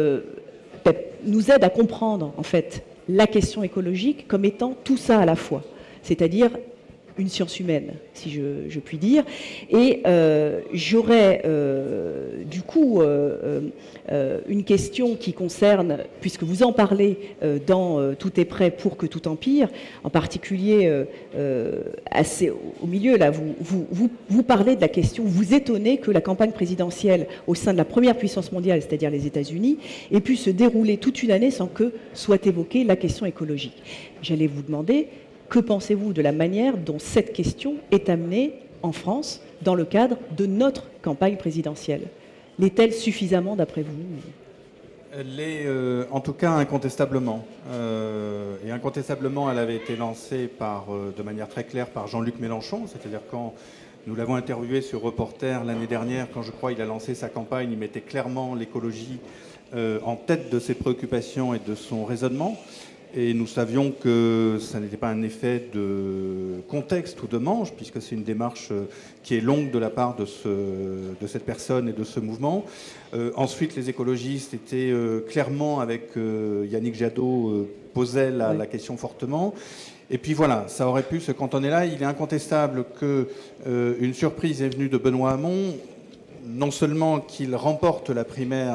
Speaker 1: nous aide à comprendre en fait la question écologique comme étant tout ça à la fois, c'est-à-dire une science humaine, si je puis dire. Et j'aurais du coup une question qui concerne, puisque vous en parlez dans Tout est prêt pour que tout empire, en particulier assez au milieu, là, vous parlez de la question, vous étonnez que la campagne présidentielle au sein de la première puissance mondiale, c'est-à-dire les États-Unis, ait pu se dérouler toute une année sans que soit évoquée la question écologique. J'allais vous demander, que pensez-vous de la manière dont cette question est amenée en France dans le cadre de notre campagne présidentielle? L'est-elle suffisamment d'après vous?
Speaker 14: Elle l'est en tout cas incontestablement. Et incontestablement, elle avait été lancée de manière très claire par Jean-Luc Mélenchon, c'est-à-dire quand nous l'avons interviewé sur Reporter l'année dernière, quand je crois il a lancé sa campagne, il mettait clairement l'écologie en tête de ses préoccupations et de son raisonnement. Et nous savions que ça n'était pas un effet de contexte ou de manche, puisque c'est une démarche qui est longue de la part de cette personne et de ce mouvement. Ensuite, les écologistes étaient clairement, avec Yannick Jadot, posaient la question fortement. Et puis voilà, ça aurait pu se cantonner là. Il est incontestable qu'une surprise est venue de Benoît Hamon, non seulement qu'il remporte la primaire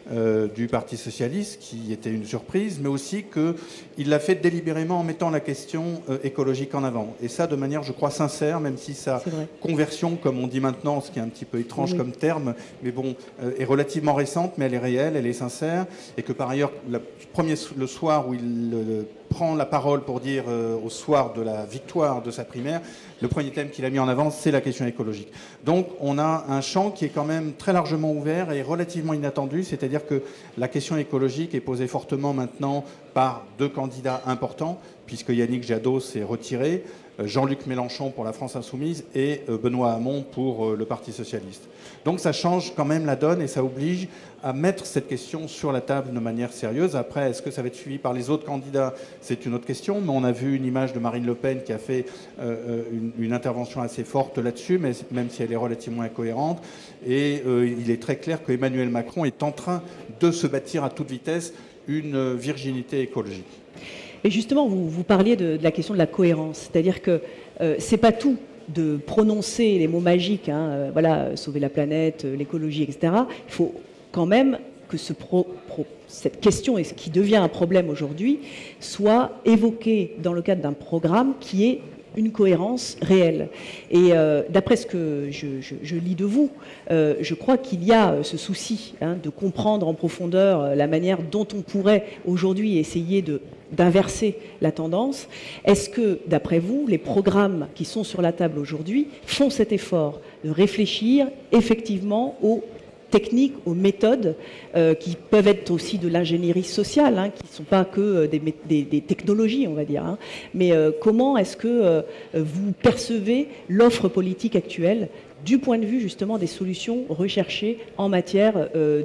Speaker 14: du Parti socialiste, qui était une surprise, mais aussi qu'il l'a fait délibérément en mettant la question écologique en avant. Et ça, de manière, je crois, sincère, même si sa conversion, comme on dit maintenant, ce qui est un petit peu étrange comme terme, mais bon, est relativement récente, mais elle est réelle, elle est sincère, et que par ailleurs, le soir où il prend la parole pour dire au soir de la victoire de sa primaire, le premier thème qu'il a mis en avant, c'est la question écologique. Donc on a un champ qui est quand même très largement ouvert et relativement inattendu, c'est-à-dire que la question écologique est posée fortement maintenant par deux candidats importants, puisque Yannick Jadot s'est retiré, Jean-Luc Mélenchon pour la France Insoumise et Benoît Hamon pour le Parti Socialiste. Donc ça change quand même la donne et ça oblige à mettre cette question sur la table de manière sérieuse. Après, est-ce que ça va être suivi par les autres candidats? C'est une autre question, mais on a vu une image de Marine Le Pen qui a fait une intervention assez forte là-dessus, même si elle est relativement incohérente. Et il est très clair que Emmanuel Macron est en train de se bâtir à toute vitesse une virginité écologique.
Speaker 1: Et justement, vous parliez de la question de la cohérence, c'est-à-dire que c'est pas tout de prononcer les mots magiques, voilà, sauver la planète, l'écologie, etc. Il faut quand même que cette question, et ce qui devient un problème aujourd'hui, soit évoquée dans le cadre d'un programme qui est une cohérence réelle. Et d'après ce que je lis de vous, je crois qu'il y a ce souci de comprendre en profondeur la manière dont on pourrait aujourd'hui essayer d'inverser la tendance. Est-ce que, d'après vous, les programmes qui sont sur la table aujourd'hui font cet effort de réfléchir effectivement aux techniques, aux méthodes qui peuvent être aussi de l'ingénierie sociale, qui ne sont pas que des technologies, on va dire. Mais comment est-ce que vous percevez l'offre politique actuelle du point de vue justement des solutions recherchées en matière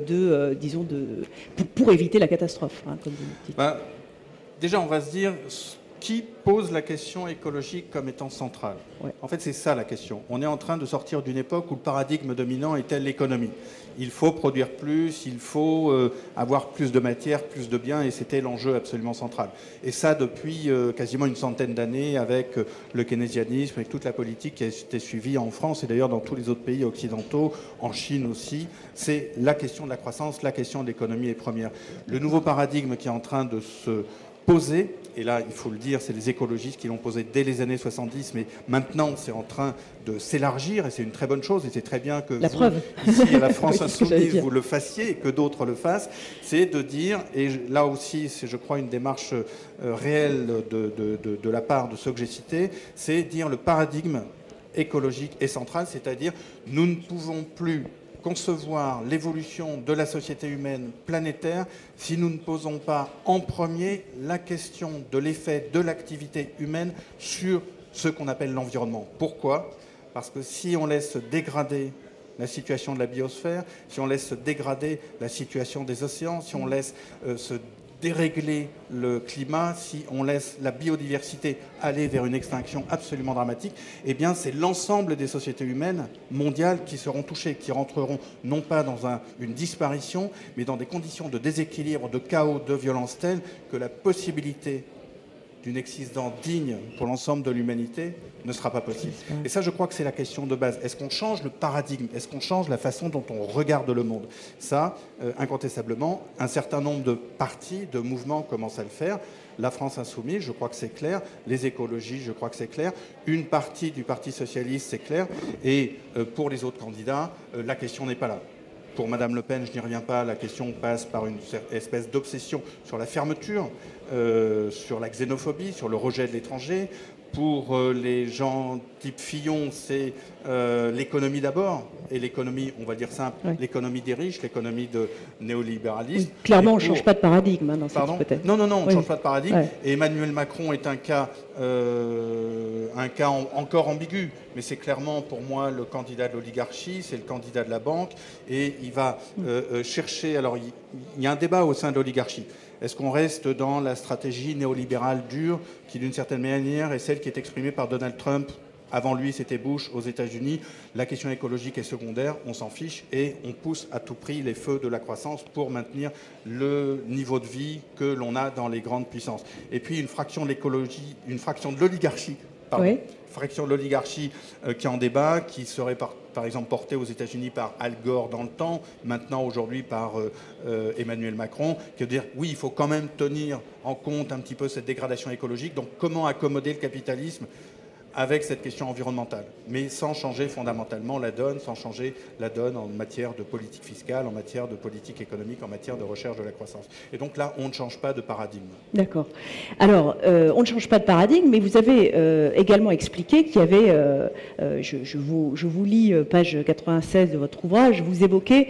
Speaker 1: pour éviter la catastrophe, comme vous dites?
Speaker 14: Déjà, on va se dire qui pose la question écologique comme étant centrale. En fait, c'est ça la question. On est en train de sortir d'une époque où le paradigme dominant était l'économie. Il faut produire plus, il faut avoir plus de matière, plus de biens, et c'était l'enjeu absolument central. Et ça depuis quasiment une centaine d'années avec le keynésianisme, avec toute la politique qui a été suivie en France et d'ailleurs dans tous les autres pays occidentaux, en Chine aussi. C'est la question de la croissance, la question de l'économie est première. Le nouveau paradigme qui est en train de se poser, et là il faut le dire, c'est les écologistes qui l'ont posé dès les années 70, mais maintenant c'est en train de s'élargir et c'est une très bonne chose et c'est très bien que vous, ici à la France Insoumise, vous le fassiez et que d'autres le fassent, c'est de dire, et là aussi c'est je crois une démarche réelle de la part de ceux que j'ai cités, c'est dire le paradigme écologique est central, c'est-à-dire nous ne pouvons plus concevoir l'évolution de la société humaine planétaire si nous ne posons pas en premier la question de l'effet de l'activité humaine sur ce qu'on appelle l'environnement. Pourquoi ? Parce que si on laisse dégrader la situation de la biosphère, si on laisse dégrader la situation des océans, si on laisse se dérégler le climat, si on laisse la biodiversité aller vers une extinction absolument dramatique, eh bien c'est l'ensemble des sociétés humaines mondiales qui seront touchées, qui rentreront non pas dans une disparition, mais dans des conditions de déséquilibre, de chaos, de violence telles que la possibilité d'une existence digne pour l'ensemble de l'humanité ne sera pas possible. Et ça, je crois que c'est la question de base. Est-ce qu'on change le paradigme? Est-ce qu'on change la façon dont on regarde le monde? Ça, incontestablement, un certain nombre de partis, de mouvements commencent à le faire. La France Insoumise, je crois que c'est clair. Les écologistes, je crois que c'est clair. Une partie du Parti Socialiste, c'est clair. Et pour les autres candidats, la question n'est pas là. Pour Madame Le Pen, je n'y reviens pas, la question passe par une espèce d'obsession sur la fermeture, sur la xénophobie, sur le rejet de l'étranger. Pour les gens type Fillon, c'est l'économie d'abord. Et l'économie, on va dire simple, l'économie des riches, l'économie de néolibéralisme.
Speaker 1: Oui, clairement, on ne change pas de paradigme dans cette hypothèse.
Speaker 14: Non, on ne change pas de paradigme. Et Emmanuel Macron est un cas encore ambigu. Mais c'est clairement, pour moi, le candidat de l'oligarchie, c'est le candidat de la banque. Et il va chercher... Alors, il y a un débat au sein de l'oligarchie. Est-ce qu'on reste dans la stratégie néolibérale dure qui, d'une certaine manière, est celle qui est exprimée par Donald Trump? Avant lui, c'était Bush aux États-Unis. La question écologique est secondaire, on s'en fiche et on pousse à tout prix les feux de la croissance pour maintenir le niveau de vie que l'on a dans les grandes puissances. Et puis une fraction de l'écologie, une fraction de l'oligarchie, fraction de l'oligarchie qui est en débat, qui serait par exemple portée aux États-Unis par Al Gore dans le temps, maintenant aujourd'hui par Emmanuel Macron, qui veut dire oui, il faut quand même tenir en compte un petit peu cette dégradation écologique. Donc comment accommoder le capitalisme avec cette question environnementale, mais sans changer fondamentalement la donne, sans changer la donne en matière de politique fiscale, en matière de politique économique, en matière de recherche de la croissance. Et donc là, on ne change pas de paradigme.
Speaker 1: D'accord. Alors, on ne change pas de paradigme, mais vous avez également expliqué qu'il y avait, je vous lis page 96 de votre ouvrage, vous évoquez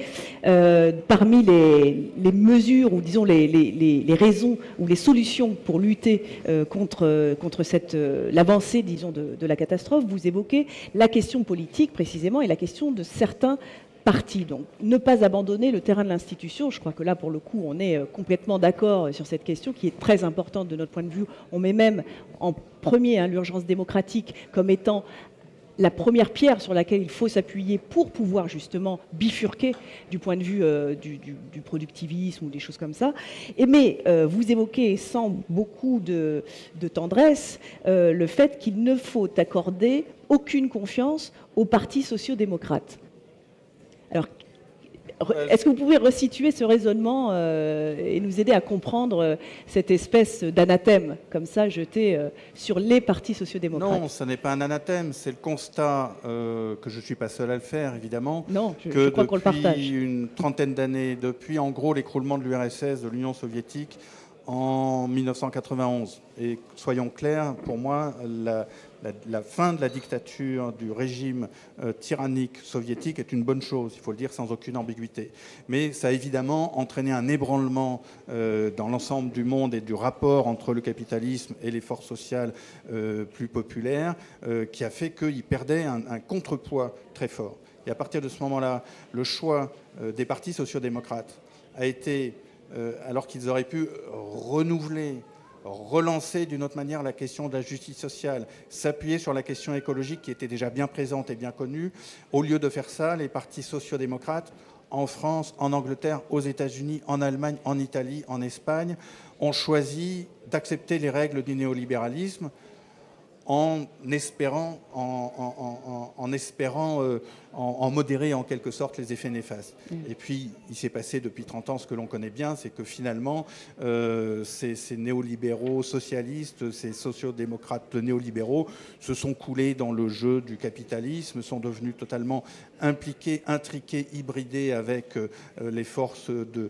Speaker 1: parmi les mesures, ou disons les raisons, ou les solutions pour lutter contre l'avancée, disons, de la catastrophe, vous évoquez la question politique précisément et la question de certains partis. Donc ne pas abandonner le terrain de l'institution, je crois que là pour le coup on est complètement d'accord sur cette question qui est très importante de notre point de vue. On met même en premier l'urgence démocratique comme étant la première pierre sur laquelle il faut s'appuyer pour pouvoir justement bifurquer du point de vue du productivisme ou des choses comme ça. Mais vous évoquez sans beaucoup de tendresse le fait qu'il ne faut accorder aucune confiance aux partis sociaux-démocrates. Alors, est-ce que vous pouvez resituer ce raisonnement et nous aider à comprendre cette espèce d'anathème, comme ça, jeté sur les partis sociaux-démocrates?
Speaker 14: Non, ce n'est pas un anathème, c'est le constat que je ne suis pas seul à le faire, évidemment.
Speaker 1: Non, je crois qu'on le partage.
Speaker 14: Depuis une trentaine d'années, depuis en gros l'écroulement de l'URSS, de l'Union soviétique, en 1991. Et soyons clairs, pour moi, la fin de la dictature du régime tyrannique soviétique est une bonne chose, il faut le dire sans aucune ambiguïté. Mais ça a évidemment entraîné un ébranlement dans l'ensemble du monde et du rapport entre le capitalisme et les forces sociales plus populaires qui a fait qu'ils perdaient un contrepoids très fort. Et à partir de ce moment-là, le choix des partis sociaux-démocrates a été, alors qu'ils auraient pu renouveler, relancer d'une autre manière la question de la justice sociale, s'appuyer sur la question écologique qui était déjà bien présente et bien connue. Au lieu de faire ça, les partis sociaux-démocrates, en France, en Angleterre, aux États-Unis, en Allemagne, en Italie, en Espagne, ont choisi d'accepter les règles du néolibéralisme en espérant en modérer en quelque sorte les effets néfastes. Et puis, il s'est passé depuis 30 ans ce que l'on connaît bien, c'est que finalement, ces néolibéraux socialistes, ces sociodémocrates néolibéraux se sont coulés dans le jeu du capitalisme, sont devenus totalement impliqués, intriqués, hybridés avec les forces,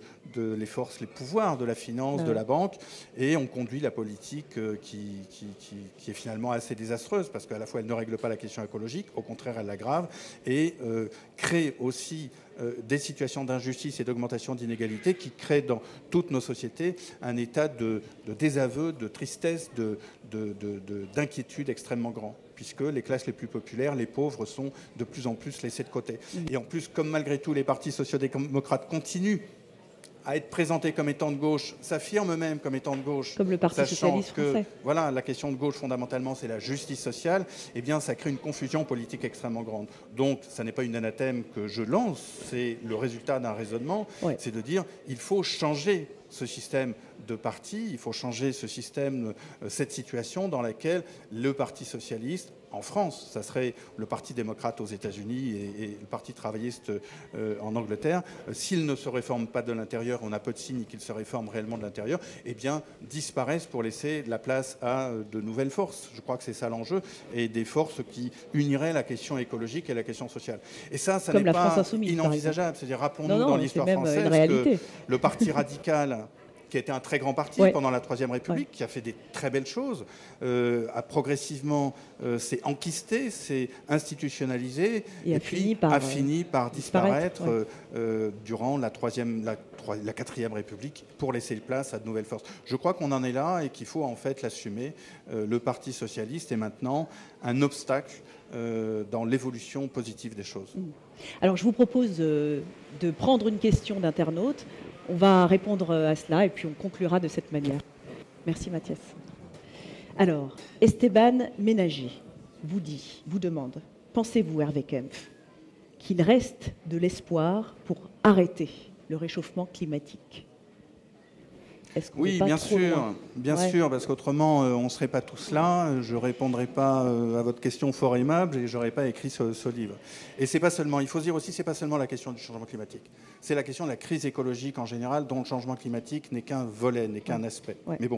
Speaker 14: les pouvoirs de la finance, de la banque, et ont conduit la politique qui est finalement assez désastreuse, parce qu'à la fois elle ne règle pas la question écologique, au contraire elle l'aggrave, et crée aussi des situations d'injustice et d'augmentation d'inégalités qui créent dans toutes nos sociétés un état de désaveu, de tristesse, d'inquiétude extrêmement grand, puisque les classes les plus populaires, les pauvres, sont de plus en plus laissés de côté. Et en plus, comme malgré tout les partis sociaux-démocrates continuent à être présentés comme étant de gauche, s'affirment même comme étant de gauche,
Speaker 1: comme le Parti socialiste français.
Speaker 14: Voilà, la question de gauche fondamentalement c'est la justice sociale, eh bien ça crée une confusion politique extrêmement grande. Donc ça n'est pas une anathème que je lance, c'est le résultat d'un raisonnement, c'est de dire il faut changer ce système de partis, il faut changer ce système, cette situation dans laquelle le Parti socialiste, en France, ça serait le Parti démocrate aux États-Unis et le Parti travailliste en Angleterre, s'ils ne se réforment pas de l'intérieur, on a peu de signes qu'ils se réforment réellement de l'intérieur, eh bien disparaissent pour laisser de la place à de nouvelles forces. Je crois que c'est ça l'enjeu, et des forces qui uniraient la question écologique et la question sociale. Et ça n'est pas inenvisageable. C'est-à-dire, rappelons-nous dans l'histoire française que le Parti radical, qui a été un très grand parti pendant la Troisième République, qui a fait des très belles choses, a progressivement s'est enquisté, s'est institutionnalisé, et puis a fini par disparaître durant la Quatrième République pour laisser place à de nouvelles forces. Je crois qu'on en est là et qu'il faut en fait l'assumer. Le Parti socialiste est maintenant un obstacle dans l'évolution positive des choses.
Speaker 1: Alors je vous propose de prendre une question d'internaute. On va répondre à cela et puis on conclura de cette manière. Merci Mathias. Alors, Esteban Ménager vous demande, pensez-vous, Hervé Kempf, qu'il reste de l'espoir pour arrêter le réchauffement climatique? Est-ce qu'on
Speaker 14: Oui,
Speaker 1: n'est pas
Speaker 14: bien
Speaker 1: trop
Speaker 14: sûr,
Speaker 1: loin?
Speaker 14: bien
Speaker 1: Ouais.
Speaker 14: sûr, parce qu'autrement, on ne serait pas tous là. Je ne répondrai pas à votre question fort aimable et je n'aurais pas écrit ce livre. Et c'est pas seulement, il faut se dire aussi, c'est pas seulement la question du changement climatique. C'est la question de la crise écologique en général, dont le changement climatique n'est qu'un volet, n'est qu'un aspect.
Speaker 1: Ouais.
Speaker 14: Mais bon,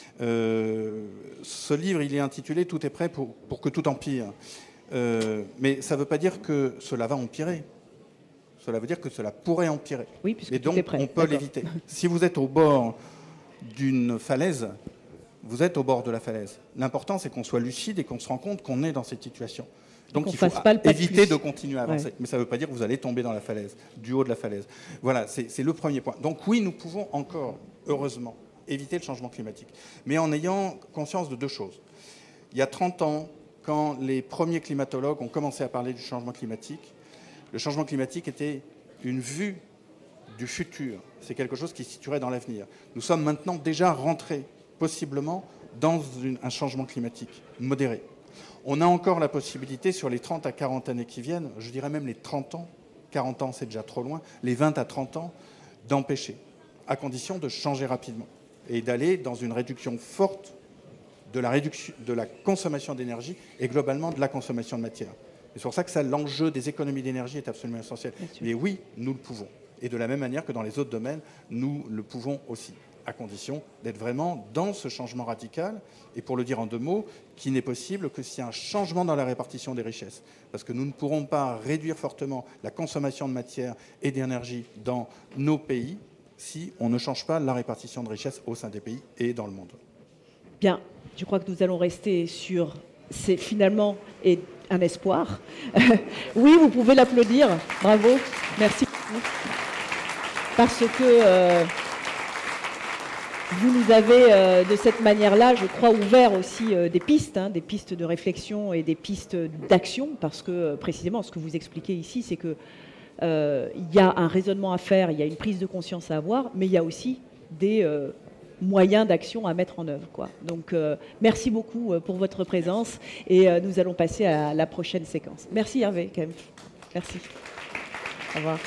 Speaker 14: ce livre, il est intitulé « Tout est prêt pour que tout empire ». Mais ça ne veut pas dire que cela va empirer. Cela veut dire que cela pourrait empirer.
Speaker 1: Oui, puisque
Speaker 14: et
Speaker 1: tout
Speaker 14: donc,
Speaker 1: est prêt.
Speaker 14: on peut
Speaker 1: D'accord.
Speaker 14: l'éviter. Si vous êtes au bord d'une falaise, vous êtes au bord de la falaise. L'important, c'est qu'on soit lucide et qu'on se rende compte qu'on est dans cette situation. Donc, il faut éviter de continuer à avancer. Ouais. Mais ça ne veut pas dire que vous allez tomber dans la falaise, du haut de la falaise. Voilà, c'est le premier point. Donc oui, nous pouvons encore, heureusement, éviter le changement climatique. Mais en ayant conscience de deux choses. Il y a 30 ans, quand les premiers climatologues ont commencé à parler du changement climatique, le changement climatique était une vue du futur. C'est quelque chose qui se situerait dans l'avenir. Nous sommes maintenant déjà rentrés, possiblement, dans un changement climatique modéré. On a encore la possibilité, sur les 30 à 40 années qui viennent, je dirais même les 30 ans, 40 ans c'est déjà trop loin, les 20 à 30 ans, d'empêcher, à condition de changer rapidement et d'aller dans une réduction forte de la consommation d'énergie et globalement de la consommation de matière. C'est pour ça que l'enjeu des économies d'énergie est absolument essentiel. Mais oui, nous le pouvons. Et de la même manière que dans les autres domaines, nous le pouvons aussi, à condition d'être vraiment dans ce changement radical, et pour le dire en deux mots, qui n'est possible que s'il y a un changement dans la répartition des richesses. Parce que nous ne pourrons pas réduire fortement la consommation de matière et d'énergie dans nos pays si on ne change pas la répartition de richesses au sein des pays et dans le monde.
Speaker 1: Bien, je crois que nous allons rester sur... C'est finalement un espoir. Oui, vous pouvez l'applaudir. Bravo. Merci beaucoup. Parce que vous nous avez, de cette manière-là, je crois, ouvert aussi des pistes de réflexion et des pistes d'action, parce que, précisément, ce que vous expliquez ici, c'est qu'il y a un raisonnement à faire, il y a une prise de conscience à avoir, mais il y a aussi des moyens d'action à mettre en œuvre, quoi. Donc, merci beaucoup pour votre présence, et nous allons passer à la prochaine séquence. Merci Hervé, quand même. Merci. Au revoir.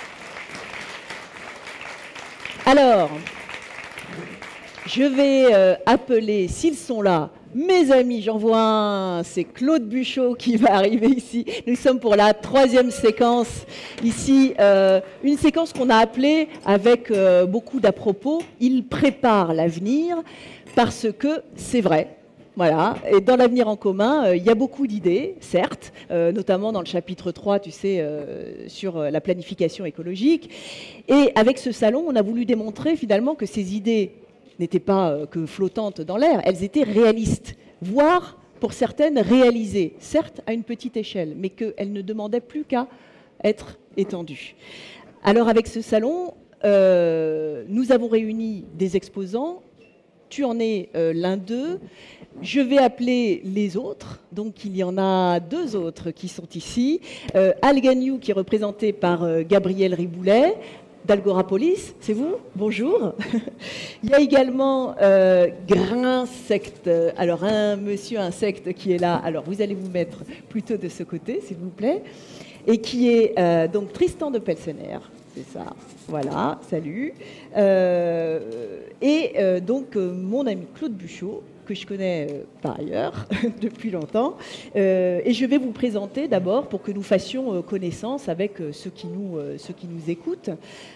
Speaker 1: Alors, je vais appeler, s'ils sont là, mes amis, j'en vois un, c'est Claude Buchot qui va arriver ici. Nous sommes pour la troisième séquence ici, une séquence qu'on a appelée avec beaucoup d'à-propos, il prépare l'avenir, parce que c'est vrai. Voilà, et dans l'avenir en commun, il y a beaucoup d'idées, certes, notamment dans le chapitre 3, tu sais, sur la planification écologique. Et avec ce salon, on a voulu démontrer finalement que ces idées n'étaient pas que flottantes dans l'air, elles étaient réalistes, voire pour certaines réalisées, certes à une petite échelle, mais qu'elles ne demandaient plus qu'à être étendues. Alors avec ce salon, nous avons réuni des exposants, tu en es l'un d'eux, je vais appeler les autres, donc il y en a deux autres qui sont ici, Al Gagnou qui est représenté par Gabriel Riboulet, d'Algorapolis, c'est vous? Bonjour. Il y a également Grinsect, alors un monsieur insecte qui est là, alors vous allez vous mettre plutôt de ce côté, s'il vous plaît, et qui est donc Tristan de Pelsener, c'est ça, voilà, salut. Donc mon ami Claude Buchot, que je connais par ailleurs depuis longtemps. Et je vais vous présenter d'abord pour que nous fassions connaissance avec ceux qui nous écoutent.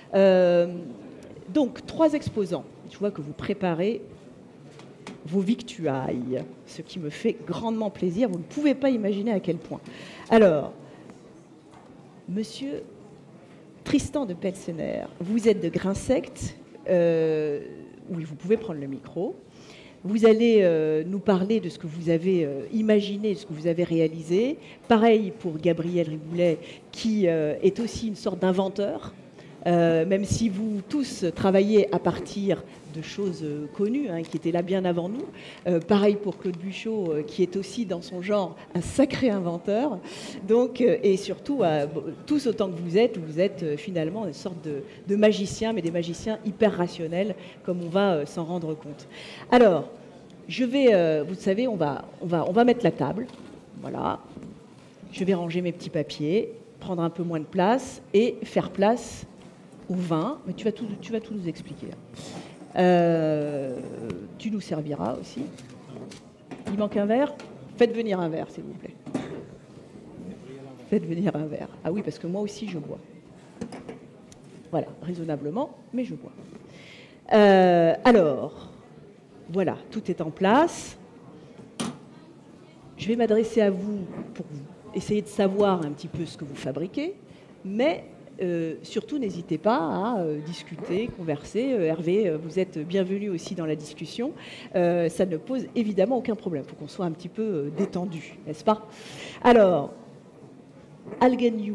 Speaker 1: Donc, trois exposants. Je vois que vous préparez vos victuailles, ce qui me fait grandement plaisir. Vous ne pouvez pas imaginer à quel point. Alors, monsieur Tristan de Pelsener, vous êtes de Grinsect. Oui, vous pouvez prendre le micro. Vous allez nous parler de ce que vous avez imaginé, de ce que vous avez réalisé. Pareil pour Gabriel Riboulet, qui est aussi une sorte d'inventeur, même si vous tous travaillez à partir de choses connues, qui étaient là bien avant nous. Pareil pour Claude Buchot, qui est aussi dans son genre un sacré inventeur. Donc, et surtout, tous autant que vous êtes finalement une sorte de magiciens, mais des magiciens hyper rationnels, comme on va s'en rendre compte. Alors, je vais, vous savez, on va mettre la table. Voilà. Je vais ranger mes petits papiers, prendre un peu moins de place et faire place au vin. Mais tu vas tout nous expliquer. Tu nous serviras aussi. Il manque un verre. Faites venir un verre, s'il vous plaît. Faites venir un verre. Ah oui, parce que moi aussi, je bois. Voilà, raisonnablement, mais je bois. Alors, voilà, tout est en place. Je vais m'adresser à vous pour essayer de savoir un petit peu ce que vous fabriquez, mais surtout, n'hésitez pas à discuter, converser. Hervé, vous êtes bienvenu aussi dans la discussion. Ça ne pose évidemment aucun problème. Il faut qu'on soit un petit peu détendu, n'est-ce pas? Alors, Alganyou,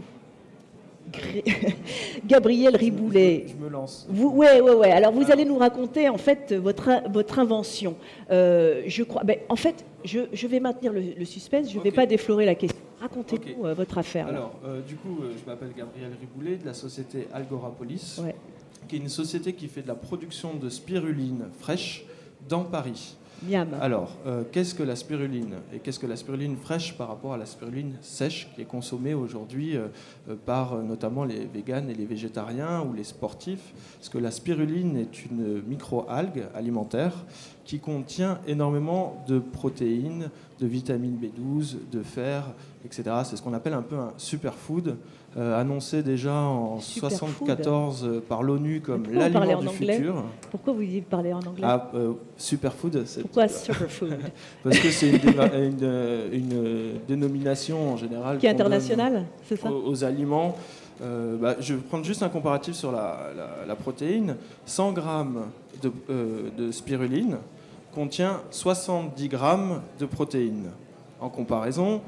Speaker 1: Gabriel Riboulet.
Speaker 13: Je me lance.
Speaker 1: Ouais. Alors, vous allez nous raconter, en fait, votre invention. Je crois... en fait, je vais maintenir le suspense. Je ne vais pas déflorer la question. Racontez-nous votre affaire.
Speaker 13: Alors, du coup, je m'appelle Gabriel Riboulet de la société Algorapolis, qui est une société qui fait de la production de spiruline fraîche dans Paris.
Speaker 1: Miam.
Speaker 13: Alors, qu'est-ce que la spiruline? Et qu'est-ce que la spiruline fraîche par rapport à la spiruline sèche qui est consommée aujourd'hui par notamment les véganes et les végétariens ou les sportifs? Parce que la spiruline est une micro-algue alimentaire qui contient énormément de protéines, de vitamine B12, de fer, etc. C'est ce qu'on appelle un peu un superfood, annoncé déjà en 1974 par l'ONU comme l'aliment du futur.
Speaker 1: Pourquoi vous parlez en anglais?
Speaker 13: Superfood.
Speaker 1: Pourquoi superfood?
Speaker 13: Parce que c'est une dénomination en général
Speaker 1: qui est internationale, c'est ça?
Speaker 13: Aux aliments. Je vais prendre juste un comparatif sur la protéine. 100 grammes de spiruline contient 70 grammes de protéines. En comparaison,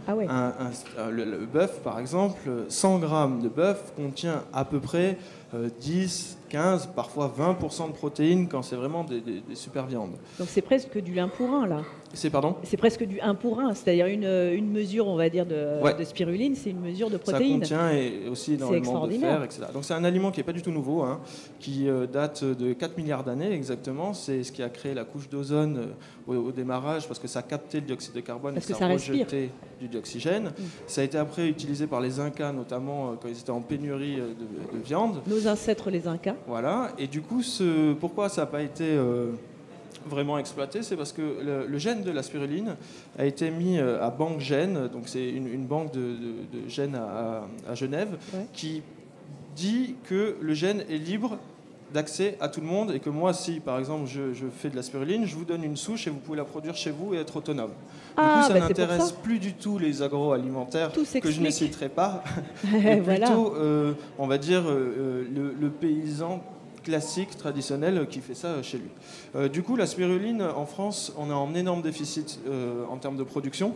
Speaker 13: le bœuf, par exemple, 100 grammes de bœuf contient à peu près 10, 15, parfois 20% de protéines quand c'est vraiment des super viandes.
Speaker 1: Donc c'est presque du 1 pour 1, là. C'est presque du 1 pour 1, c'est-à-dire une mesure, on va dire, de spiruline, c'est une mesure de protéines.
Speaker 13: Ça contient aussi énormément de fer, etc. Donc c'est un aliment qui n'est pas du tout nouveau, qui date de 4 milliards d'années exactement. C'est ce qui a créé la couche d'ozone au démarrage, parce que ça captait le dioxyde de carbone et ça rejetait du oxygène. Ça a été après utilisé par les Incas, notamment quand ils étaient en pénurie de viande.
Speaker 1: Nos ancêtres les Incas.
Speaker 13: Voilà, et du coup, pourquoi ça n'a pas été vraiment exploité, c'est parce que le gène de la spiruline a été mis à banque gène, donc c'est une banque de gènes à Genève, qui dit que le gène est libre d'accès à tout le monde et que moi, si par exemple je fais de la spiruline, je vous donne une souche et vous pouvez la produire chez vous et être autonome. Du coup, ça n'intéresse plus du tout les agroalimentaires que je ne citerai pas, mais plutôt, on va dire, le paysan classique, traditionnel, qui fait ça chez lui. Du coup, la spiruline, en France, on est en énorme déficit en termes de production.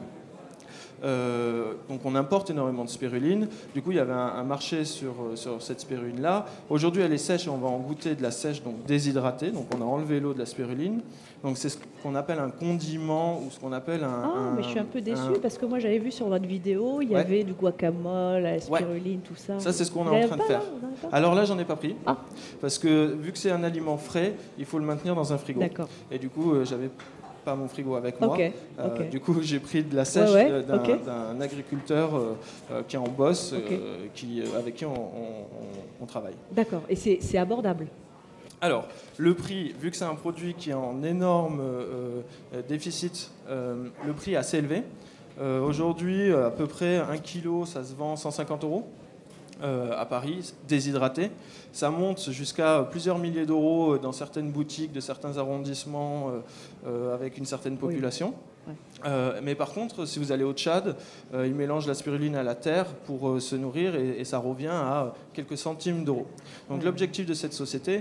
Speaker 13: Donc on importe énormément de spiruline. Du coup, il y avait un marché sur cette spiruline-là. Aujourd'hui, elle est sèche et on va en goûter de la sèche, donc déshydratée. Donc on a enlevé l'eau de la spiruline. Donc c'est ce qu'on appelle un condiment ou ce qu'on appelle
Speaker 1: mais je suis un peu déçue parce que moi j'avais vu sur votre vidéo, il y avait du guacamole, la spiruline, tout ça.
Speaker 13: Ça, c'est ce qu'on est en train de faire. Alors là, j'en ai pas pris. Parce que vu que c'est un aliment frais, il faut le maintenir dans un frigo. Et du coup, j'avais pas mon frigo avec moi. Du coup, j'ai pris de la sèche d'un agriculteur qui est en Bosse, avec qui on travaille.
Speaker 1: D'accord. Et c'est abordable?
Speaker 13: Alors, le prix, vu que c'est un produit qui est en énorme déficit, le prix est assez élevé. Aujourd'hui, à peu près 1 kg, ça se vend 150 € à Paris, déshydraté. Ça monte jusqu'à plusieurs milliers d'euros dans certaines boutiques de certains arrondissements avec une certaine population. Mais par contre, si vous allez au Tchad, ils mélangent la spiruline à la terre pour se nourrir et ça revient à quelques centimes d'euros. Donc l'objectif de cette société,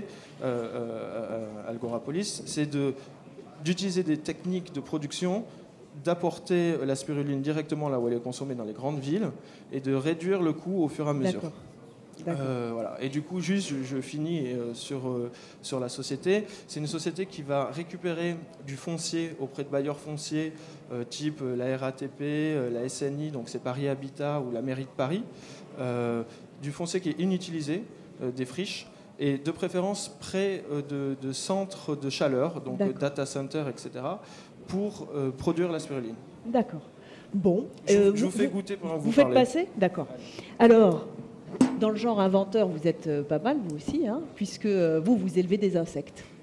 Speaker 13: Algorapolis, c'est d'utiliser des techniques de production, d'apporter la spiruline directement là où elle est consommée dans les grandes villes et de réduire le coût au fur et à mesure. Voilà. Et du coup, juste, je finis sur la société. C'est une société qui va récupérer du foncier auprès de bailleurs fonciers type la RATP, la SNI, donc c'est Paris Habitat ou la mairie de Paris, du foncier qui est inutilisé, des friches, et de préférence près de centres de chaleur, donc data center, etc., pour produire la spiruline.
Speaker 1: D'accord. Bon.
Speaker 13: Je vous fais goûter pendant que vous
Speaker 1: parlez.
Speaker 13: Vous
Speaker 1: faites passer? D'accord. Alors, dans le genre inventeur, vous êtes pas mal, vous aussi, puisque vous élevez des insectes.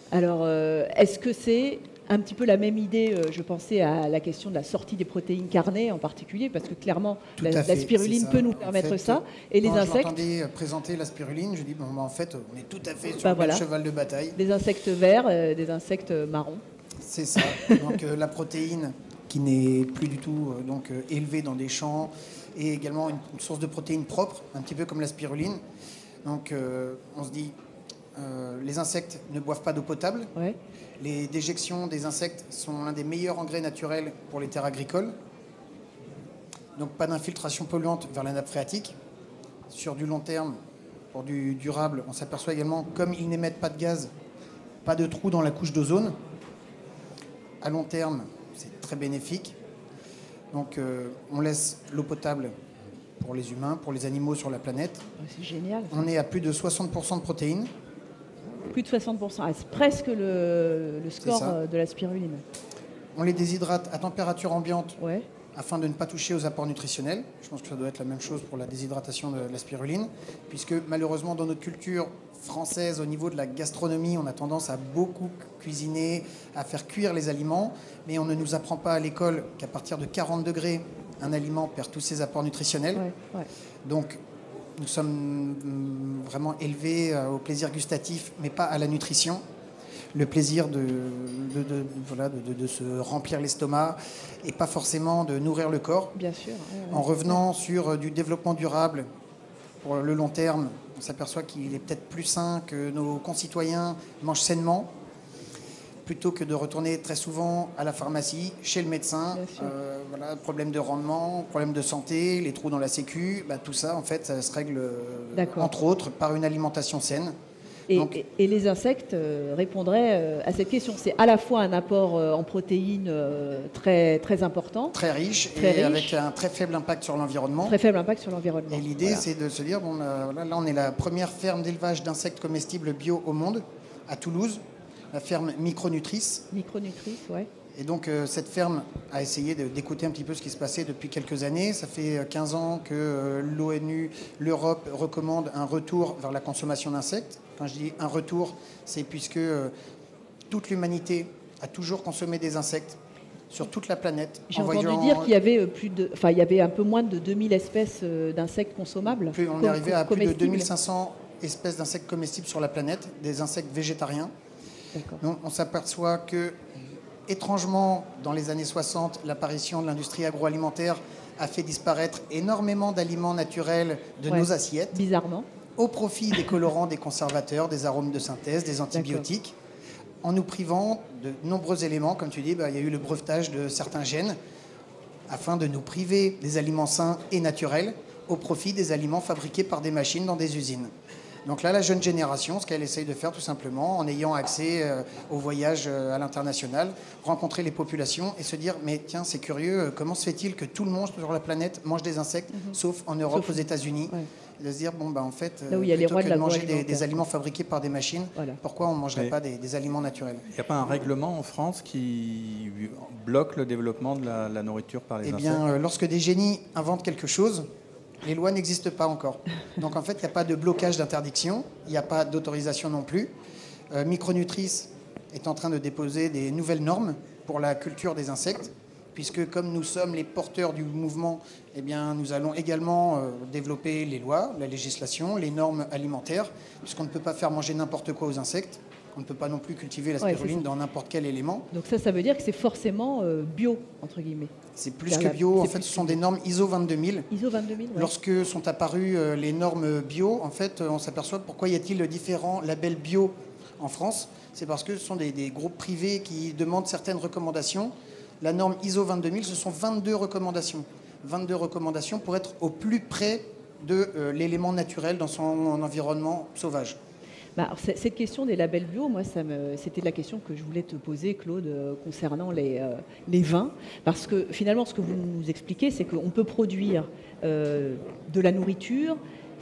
Speaker 1: Alors, est-ce que c'est un petit peu la même idée? Je pensais à la question de la sortie des protéines carnées en particulier, parce que clairement, la spiruline peut nous permettre ça. Et les insectes.
Speaker 15: Je l'entendais présenter la spiruline, je dis, en fait, on est tout à fait sur le cheval de bataille.
Speaker 1: Des insectes verts, des insectes marrons.
Speaker 15: C'est ça. Donc, la protéine qui n'est plus du tout élevée dans des champs, et également une source de protéines propre, un petit peu comme la spiruline. Donc, on se dit, les insectes ne boivent pas d'eau potable.
Speaker 1: Ouais.
Speaker 15: Les déjections des insectes sont l'un des meilleurs engrais naturels pour les terres agricoles. Donc pas d'infiltration polluante vers la nappe phréatique. Sur du long terme, pour du durable, on s'aperçoit également, comme ils n'émettent pas de gaz, pas de trous dans la couche d'ozone. À long terme, c'est très bénéfique. Donc on laisse l'eau potable pour les humains, pour les animaux sur la planète.
Speaker 1: C'est génial.
Speaker 15: On est à plus de 60% de protéines.
Speaker 1: Plus de 60%, c'est presque le score de la spiruline.
Speaker 15: On les déshydrate à température ambiante afin de ne pas toucher aux apports nutritionnels. Je pense que ça doit être la même chose pour la déshydratation de la spiruline, puisque malheureusement dans notre culture française, au niveau de la gastronomie, on a tendance à beaucoup cuisiner, à faire cuire les aliments, mais on ne nous apprend pas à l'école qu'à partir de 40 degrés, un aliment perd tous ses apports nutritionnels. Donc, nous sommes vraiment élevés au plaisir gustatif, mais pas à la nutrition. Le plaisir de se remplir l'estomac et pas forcément de nourrir le corps.
Speaker 1: Bien sûr.
Speaker 15: En revenant sur du développement durable pour le long terme, on s'aperçoit qu'il est peut-être plus sain que nos concitoyens mangent sainement, plutôt que de retourner très souvent à la pharmacie, chez le médecin, problème de rendement, problème de santé, les trous dans la sécu, tout ça, en fait, ça se règle, entre autres, par une alimentation saine.
Speaker 1: Et les insectes répondraient à cette question. C'est à la fois un apport en protéines très, très important.
Speaker 15: Très riche, avec un très faible impact sur l'environnement.
Speaker 1: Très faible impact sur l'environnement.
Speaker 15: Et l'idée, c'est de se dire, là, on est la première ferme d'élevage d'insectes comestibles bio au monde, à Toulouse. La ferme Micronutrice.
Speaker 1: Micronutrice, ouais.
Speaker 15: Et donc, cette ferme a essayé d'écouter un petit peu ce qui se passait depuis quelques années. Ça fait 15 ans que l'ONU, l'Europe recommande un retour vers la consommation d'insectes. Quand je dis un retour, c'est puisque toute l'humanité a toujours consommé des insectes sur toute la planète.
Speaker 1: J'ai entendu dire qu'il y avait il y avait un peu moins de 2000 espèces d'insectes consommables.
Speaker 15: On est arrivé à plus de 2500 espèces d'insectes comestibles sur la planète, des insectes végétariens. Donc, on s'aperçoit que, étrangement, dans les années 60, l'apparition de l'industrie agroalimentaire a fait disparaître énormément d'aliments naturels de nos assiettes.
Speaker 1: Bizarrement.
Speaker 15: Au profit des colorants, des conservateurs, des arômes de synthèse, des antibiotiques, en nous privant de nombreux éléments. Comme tu dis, il y a eu le brevetage de certains gènes afin de nous priver des aliments sains et naturels au profit des aliments fabriqués par des machines dans des usines. Donc là, la jeune génération, ce qu'elle essaye de faire tout simplement, en ayant accès au voyage à l'international, rencontrer les populations et se dire, mais tiens, c'est curieux, comment se fait-il que tout le monde sur la planète mange des insectes, sauf en Europe, aux États-Unis, et de se dire, en fait,
Speaker 1: là où il y a
Speaker 15: plutôt
Speaker 1: les rois
Speaker 15: que
Speaker 1: de
Speaker 15: de manger des aliments fabriqués par des machines, pourquoi on ne mangerait
Speaker 14: Mais
Speaker 15: pas des aliments naturels?
Speaker 14: Il n'y a pas un règlement en France qui bloque le développement de la nourriture par les insectes?
Speaker 15: Eh bien, lorsque des génies inventent quelque chose, les lois n'existent pas encore. Donc en fait, il n'y a pas de blocage d'interdiction, il n'y a pas d'autorisation non plus. Micronutrice est en train de déposer des nouvelles normes pour la culture des insectes, puisque comme nous sommes les porteurs du mouvement, eh bien, nous allons également développer les lois, la législation, les normes alimentaires, puisqu'on ne peut pas faire manger n'importe quoi aux insectes. On ne peut pas non plus cultiver la spiruline dans n'importe quel élément.
Speaker 1: Donc ça veut dire que c'est forcément bio, entre guillemets.
Speaker 15: C'est plus que bio. En fait, ce sont des normes ISO 22000.
Speaker 1: ISO 22000, ouais.
Speaker 15: Lorsque sont apparues les normes bio, en fait, on s'aperçoit pourquoi y a-t-il différents labels bio en France. C'est parce que ce sont des groupes privés qui demandent certaines recommandations. La norme ISO 22000, ce sont 22 recommandations. 22 recommandations pour être au plus près de l'élément naturel dans son environnement sauvage.
Speaker 1: Alors, cette question des labels bio, moi, c'était la question que je voulais te poser, Claude, concernant les vins. Parce que finalement, ce que vous nous expliquez, c'est qu'on peut produire de la nourriture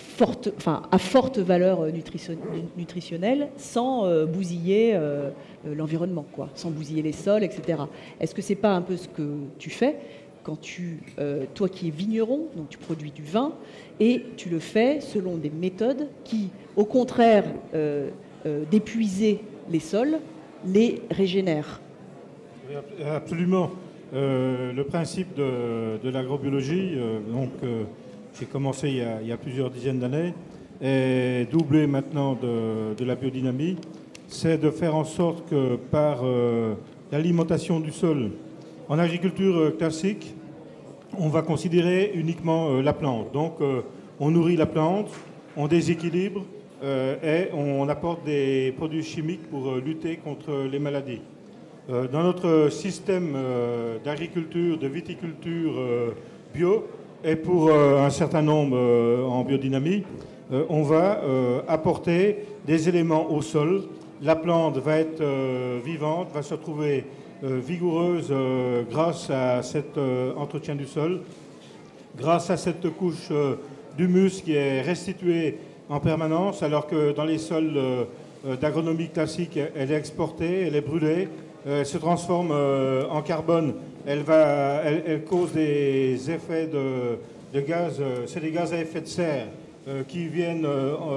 Speaker 1: à forte valeur nutritionnelle sans bousiller l'environnement, sans bousiller les sols, etc. Est-ce que ce n'est pas un peu ce que tu fais quand toi qui es vigneron, donc tu produis du vin, et tu le fais selon des méthodes qui, au contraire d'épuiser les sols, les régénère.
Speaker 16: Oui, absolument. Le principe de l'agrobiologie, j'ai commencé il y a plusieurs dizaines d'années, est doublé maintenant de la biodynamie, c'est de faire en sorte que par l'alimentation du sol, en agriculture classique, on va considérer uniquement la plante. Donc on nourrit la plante, on déséquilibre et on apporte des produits chimiques pour lutter contre les maladies. Dans notre système d'agriculture, de viticulture bio, et pour un certain nombre en biodynamie, on va apporter des éléments au sol. La plante va être vivante, va se trouver vigoureuse grâce à cet entretien du sol, grâce à cette couche d'humus qui est restituée en permanence, alors que dans les sols d'agronomie classique, elle est exportée, elle est brûlée, elle se transforme en carbone, elle cause des effets de gaz, c'est des gaz à effet de serre qui viennent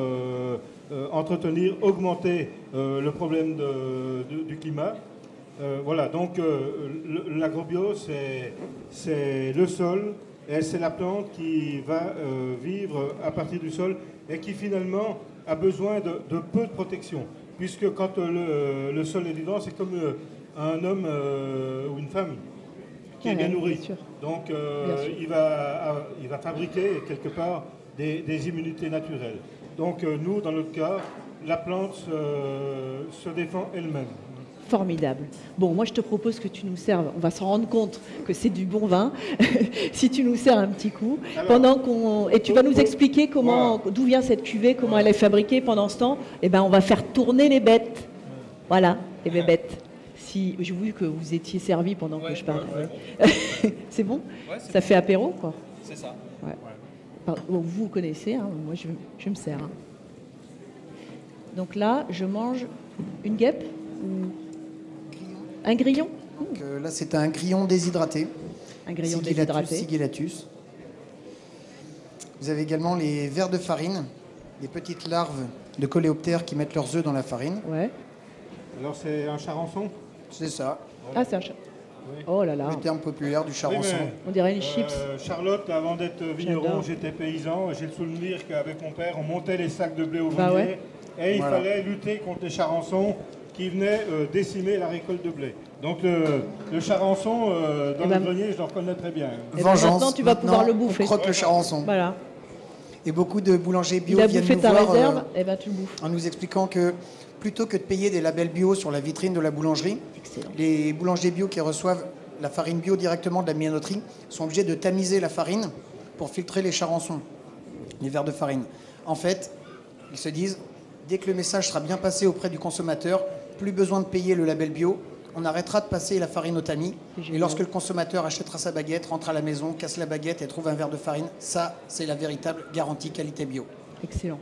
Speaker 16: entretenir, augmenter le problème du climat. Voilà, donc l'agrobio, c'est le sol et c'est la plante qui va vivre à partir du sol et qui finalement a besoin de peu de protection. Puisque quand le sol est vivant, c'est comme un homme ou une femme qui est bien nourri. Donc il va fabriquer quelque part des immunités naturelles. Donc nous, dans notre cas, la plante se défend elle-même.
Speaker 1: Formidable. Bon, moi je te propose que tu nous serves, on va s'en rendre compte que c'est du bon vin, si tu nous sers un petit coup, et tu vas nous expliquer d'où vient cette cuvée, comment elle est fabriquée. Pendant ce temps, on va faire tourner les bêtes. Voilà, les bébêtes. Si, j'ai vu que vous étiez servi pendant que je parlais. Ouais. C'est bon? Ça fait apéro, quoi.
Speaker 13: C'est ça.
Speaker 1: Ouais. Bon, vous connaissez, hein, moi je me sers. Hein. Donc là, je mange une guêpe ou un grillon.
Speaker 15: Donc, là, c'est un grillon déshydraté.
Speaker 1: Un grillon déshydraté.
Speaker 15: Sigillatus. Vous avez également les vers de farine, des petites larves de coléoptères qui mettent leurs œufs dans la farine.
Speaker 1: Ouais.
Speaker 16: Alors c'est un charançon?
Speaker 15: C'est ça.
Speaker 1: Ah, c'est un charançon. Oui. Oh là là.
Speaker 15: Le terme populaire du charançon.
Speaker 16: Oui,
Speaker 1: on dirait une chips.
Speaker 16: Charlotte, avant d'être vigneron, j'étais paysan. J'ai le souvenir qu'avec mon père, on montait les sacs de blé au grenier. Et il fallait lutter contre les charançons qui venaient décimer la récolte de blé. Donc le charançon, dans le grenier, je le reconnais très bien.
Speaker 15: Vengeance.
Speaker 1: Maintenant, tu vas pouvoir le bouffer.
Speaker 15: On croque le charançon.
Speaker 1: Voilà.
Speaker 15: Et beaucoup de boulangers bio viennent nous
Speaker 1: ta
Speaker 15: voir
Speaker 1: réserve, tu le bouffes.
Speaker 15: En nous expliquant que plutôt que de payer des labels bio sur la vitrine de la boulangerie, les boulangers bio qui reçoivent la farine bio directement de la minoterie sont obligés de tamiser la farine pour filtrer les charançons, les vers de farine. En fait, ils se disent, dès que le message sera bien passé auprès du consommateur, plus besoin de payer le label bio, on arrêtera de passer la farine au tamis. Et lorsque le consommateur achètera sa baguette, rentre à la maison, casse la baguette et trouve un verre de farine, ça, c'est la véritable garantie qualité bio.
Speaker 1: Excellent.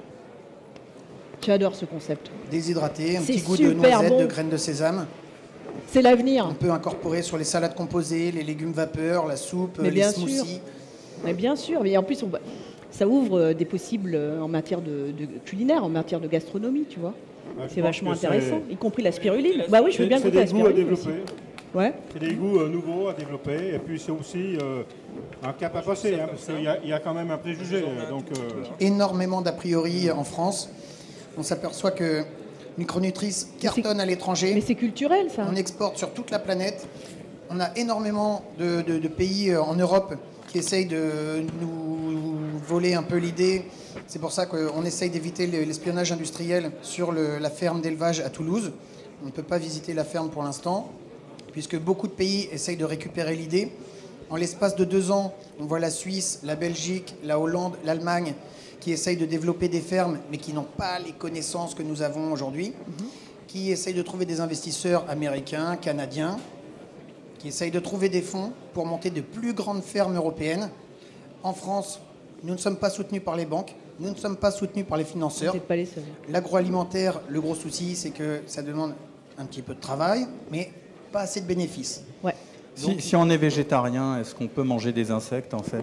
Speaker 1: J'adore ce concept.
Speaker 15: Déshydraté, un petit goût de noisette, de graines de sésame.
Speaker 1: C'est l'avenir.
Speaker 15: On peut incorporer sur les salades composées, les légumes vapeur, la soupe, les smoothies.
Speaker 1: Mais bien sûr. Mais en plus, ça ouvre des possibles en matière de culinaire, en matière de gastronomie, tu vois. C'est vachement intéressant, y compris la spiruline. Bah oui, je veux bien goûter la spiruline.
Speaker 16: C'est des goûts à développer.
Speaker 1: Ouais.
Speaker 16: C'est des goûts nouveaux à développer. Et puis c'est aussi un cap à passer, hein, parce qu'il y a quand même un préjugé. Donc,
Speaker 15: énormément d'a priori en France. On s'aperçoit que Micronutrice cartonne à l'étranger.
Speaker 1: Mais c'est culturel, ça.
Speaker 15: On exporte sur toute la planète. On a énormément de pays en Europe qui essayent de nous voler un peu l'idée. C'est pour ça qu'on essaye d'éviter l'espionnage industriel sur la ferme d'élevage à Toulouse. On ne peut pas visiter la ferme pour l'instant, puisque beaucoup de pays essayent de récupérer l'idée. En l'espace de 2 ans, on voit la Suisse, la Belgique, la Hollande, l'Allemagne, qui essayent de développer des fermes, mais qui n'ont pas les connaissances que nous avons aujourd'hui, qui essayent de trouver des investisseurs américains, canadiens, qui essayent de trouver des fonds pour monter de plus grandes fermes européennes. En France, nous ne sommes pas soutenus par les banques, nous ne sommes pas soutenus par les financeurs.
Speaker 1: Vous n'êtes pas les seuls.
Speaker 15: L'agroalimentaire, le gros souci, c'est que ça demande un petit peu de travail, mais pas assez de bénéfices.
Speaker 1: Ouais.
Speaker 14: Si on est végétarien, est-ce qu'on peut manger des insectes, en fait?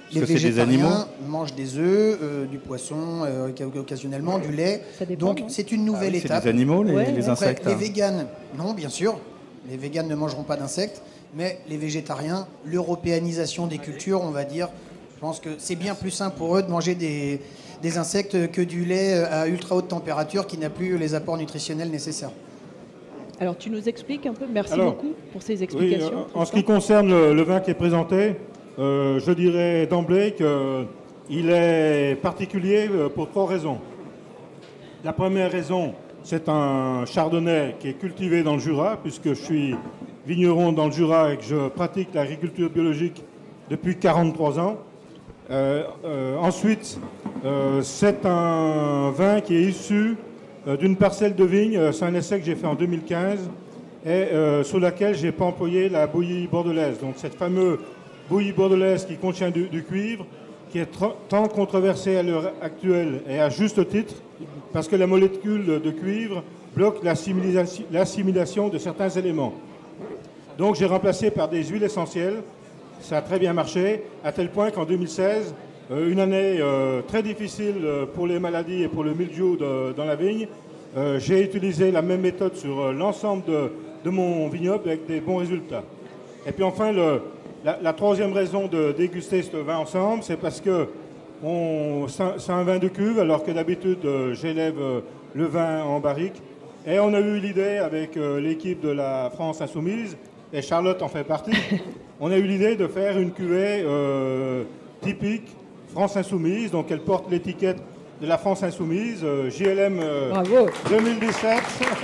Speaker 15: Les végétariens mangent des œufs, du poisson, occasionnellement du lait. Donc c'est une nouvelle étape.
Speaker 14: C'est des animaux, les insectes.
Speaker 15: Les véganes, non, bien sûr. Les véganes ne mangeront pas d'insectes. Mais les végétariens, l'européanisation des cultures, on va dire, je pense que c'est bien plus simple pour eux de manger des insectes que du lait à ultra haute température qui n'a plus les apports nutritionnels nécessaires.
Speaker 1: Alors tu nous expliques un peu, merci beaucoup pour ces explications.
Speaker 16: Oui, en ce qui concerne le vin qui est présenté, je dirais d'emblée qu'il est particulier pour 3 raisons. La première raison, c'est un chardonnay qui est cultivé dans le Jura, puisque je suis vigneron dans le Jura et que je pratique l'agriculture biologique depuis 43 ans. Ensuite, c'est un vin qui est issu d'une parcelle de vigne. C'est un essai que j'ai fait en 2015 et sur laquelle j'ai pas employé la bouillie bordelaise. Donc cette fameuse bouillie bordelaise qui contient du cuivre, qui est tant controversée à l'heure actuelle et à juste titre, parce que la molécule de cuivre bloque l'assimilation de certains éléments. Donc j'ai remplacé par des huiles essentielles. Ça a très bien marché, à tel point qu'en 2016, une année très difficile pour les maladies et pour le mildiou dans la vigne, j'ai utilisé la même méthode sur l'ensemble de mon vignoble avec des bons résultats. Et puis enfin, la troisième raison de déguster ce vin ensemble, c'est parce que c'est un vin de cuve, alors que d'habitude j'élève le vin en barrique. Et on a eu l'idée avec l'équipe de la France Insoumise, et Charlotte en fait partie, on a eu l'idée de faire une cuvée typique France Insoumise, donc elle porte l'étiquette de la France Insoumise, JLM 2017.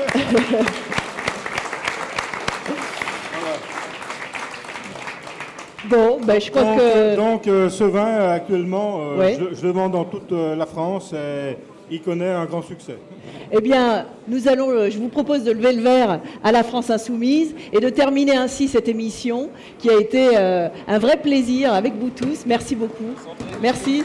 Speaker 1: Bon, ben, je crois que...
Speaker 16: Donc ce vin, actuellement, je le vends dans toute la France et il connaît un grand succès.
Speaker 1: Eh bien, je vous propose de lever le verre à la France Insoumise et de terminer ainsi cette émission qui a été un vrai plaisir avec vous tous. Merci beaucoup. Merci.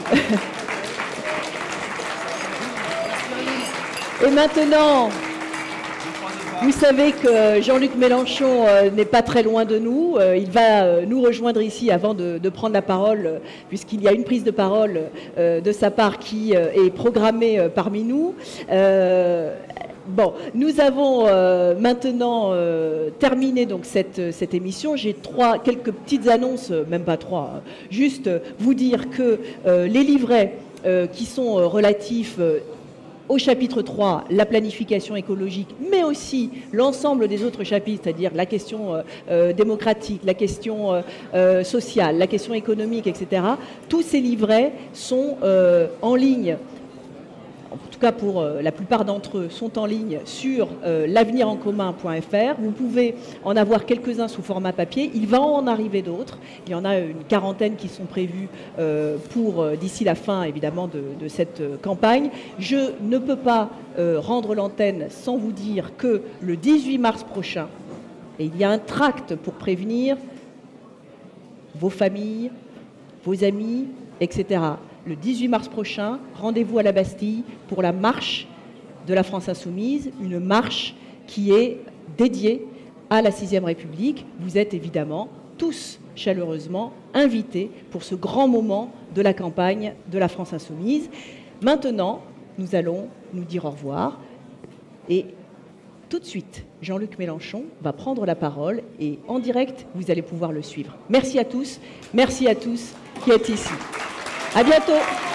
Speaker 1: Et maintenant... Vous savez que Jean-Luc Mélenchon n'est pas très loin de nous. Il va nous rejoindre ici avant de prendre la parole, puisqu'il y a une prise de parole de sa part qui est programmée parmi nous. Bon, nous avons maintenant terminé donc cette émission. J'ai quelques petites annonces, même pas trois. Juste vous dire que les livrets qui sont relatifs au chapitre 3, la planification écologique, mais aussi l'ensemble des autres chapitres, c'est-à-dire la question démocratique, la question sociale, la question économique, etc. Tous ces livrets sont en ligne. En tout cas, pour la plupart d'entre eux, sont en ligne sur l'avenirencommun.fr. Vous pouvez en avoir quelques-uns sous format papier. Il va en arriver d'autres. Il y en a une quarantaine qui sont prévus pour d'ici la fin, évidemment, de cette campagne. Je ne peux pas rendre l'antenne sans vous dire que le 18 mars prochain, et il y a un tract pour prévenir vos familles, vos amis, etc. Le 18 mars prochain, rendez-vous à la Bastille pour la marche de la France Insoumise, une marche qui est dédiée à la 6e République. Vous êtes évidemment tous chaleureusement invités pour ce grand moment de la campagne de la France Insoumise. Maintenant, nous allons nous dire au revoir et tout de suite, Jean-Luc Mélenchon va prendre la parole et en direct, vous allez pouvoir le suivre. Merci à tous qui êtes ici. À bientôt.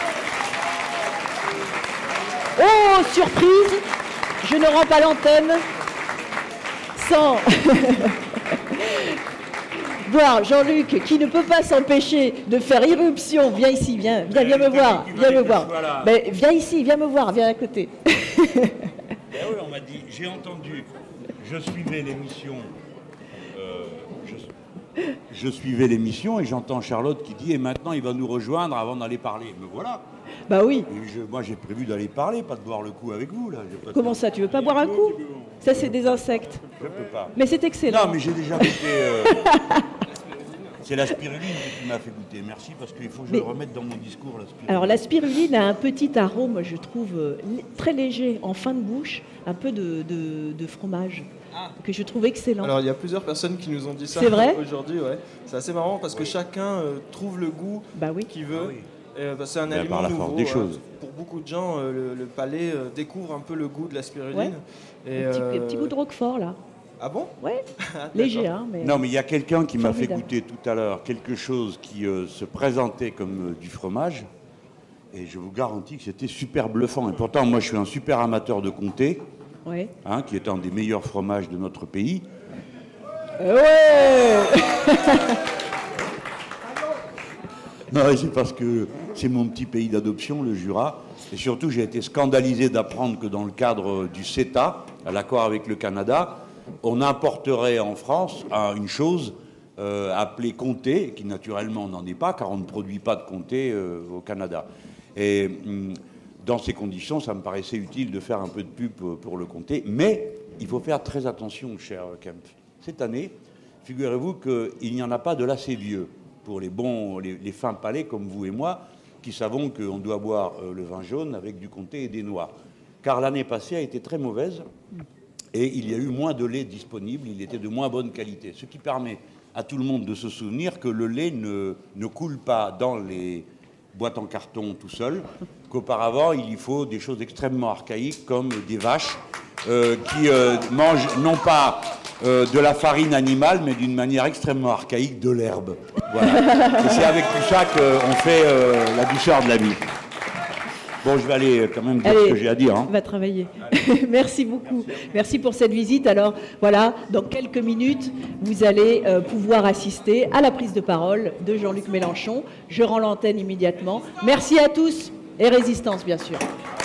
Speaker 1: Oh, surprise, je ne rends pas l'antenne sans voir Jean-Luc qui ne peut pas s'empêcher de faire irruption. Viens ici, viens me voir, viens me voir. Ben, viens ici, viens me voir, viens à côté.
Speaker 17: Oui, on m'a dit, j'ai entendu, je suivais l'émission et j'entends Charlotte qui dit et maintenant il va nous rejoindre avant d'aller parler. Me voilà.
Speaker 1: Bah oui.
Speaker 17: Moi j'ai prévu d'aller parler, pas de boire le coup avec vous là.
Speaker 1: Comment ça, tu veux pas boire un coup? Ça c'est des insectes.
Speaker 17: Je peux pas.
Speaker 1: Mais c'est excellent.
Speaker 17: Non mais j'ai déjà goûté. C'est la spiruline qui m'a fait goûter. Merci parce qu'il faut que je le remette dans mon discours. La spiruline.
Speaker 1: Alors la spiruline a un petit arôme, je trouve, très léger en fin de bouche, un peu de fromage. que je trouve excellent.
Speaker 13: Alors il y a plusieurs personnes qui nous ont dit ça aujourd'hui. Ouais. C'est assez marrant parce que chacun trouve le goût qu'il veut. C'est un aliment
Speaker 17: par la
Speaker 13: nouveau.
Speaker 17: force des choses.
Speaker 13: Pour beaucoup de gens, le palais découvre un peu le goût de la spiruline.
Speaker 1: Et un petit goût de Roquefort là.
Speaker 13: Ah bon?
Speaker 1: Ouais, léger. Hein, mais...
Speaker 17: Non, mais il y a quelqu'un qui m'a fait goûter tout à l'heure quelque chose qui se présentait comme du fromage. Et je vous garantis que c'était super bluffant. Et pourtant, moi, je suis un super amateur de comté, qui est un des meilleurs fromages de notre pays. Non, c'est parce que c'est mon petit pays d'adoption, le Jura. Et surtout, j'ai été scandalisé d'apprendre que dans le cadre du CETA, à l'accord avec le Canada, on importerait en France une chose appelée comté, qui naturellement n'en est pas, car on ne produit pas de comté au Canada. Et dans ces conditions, ça me paraissait utile de faire un peu de pub pour le comté. Mais il faut faire très attention, cher Kempf. Cette année, figurez-vous qu'il n'y en a pas de l'assez vieux pour les fins palais comme vous et moi, qui savons qu'on doit boire le vin jaune avec du comté et des noix. Car l'année passée a été très mauvaise. Et il y a eu moins de lait disponible, il était de moins bonne qualité. Ce qui permet à tout le monde de se souvenir que le lait ne coule pas dans les boîtes en carton tout seul, qu'auparavant il y faut des choses extrêmement archaïques comme des vaches qui mangent non pas de la farine animale, mais d'une manière extrêmement archaïque de l'herbe. Voilà. Et c'est avec tout ça qu'on fait la douceur de la vie. Bon, je vais aller quand même dire ce que j'ai à dire.
Speaker 1: On va travailler. Merci beaucoup. Merci pour cette visite. Alors, voilà, dans quelques minutes, vous allez pouvoir assister à la prise de parole de Jean-Luc Mélenchon. Je rends l'antenne immédiatement. Merci à tous et résistance, bien sûr.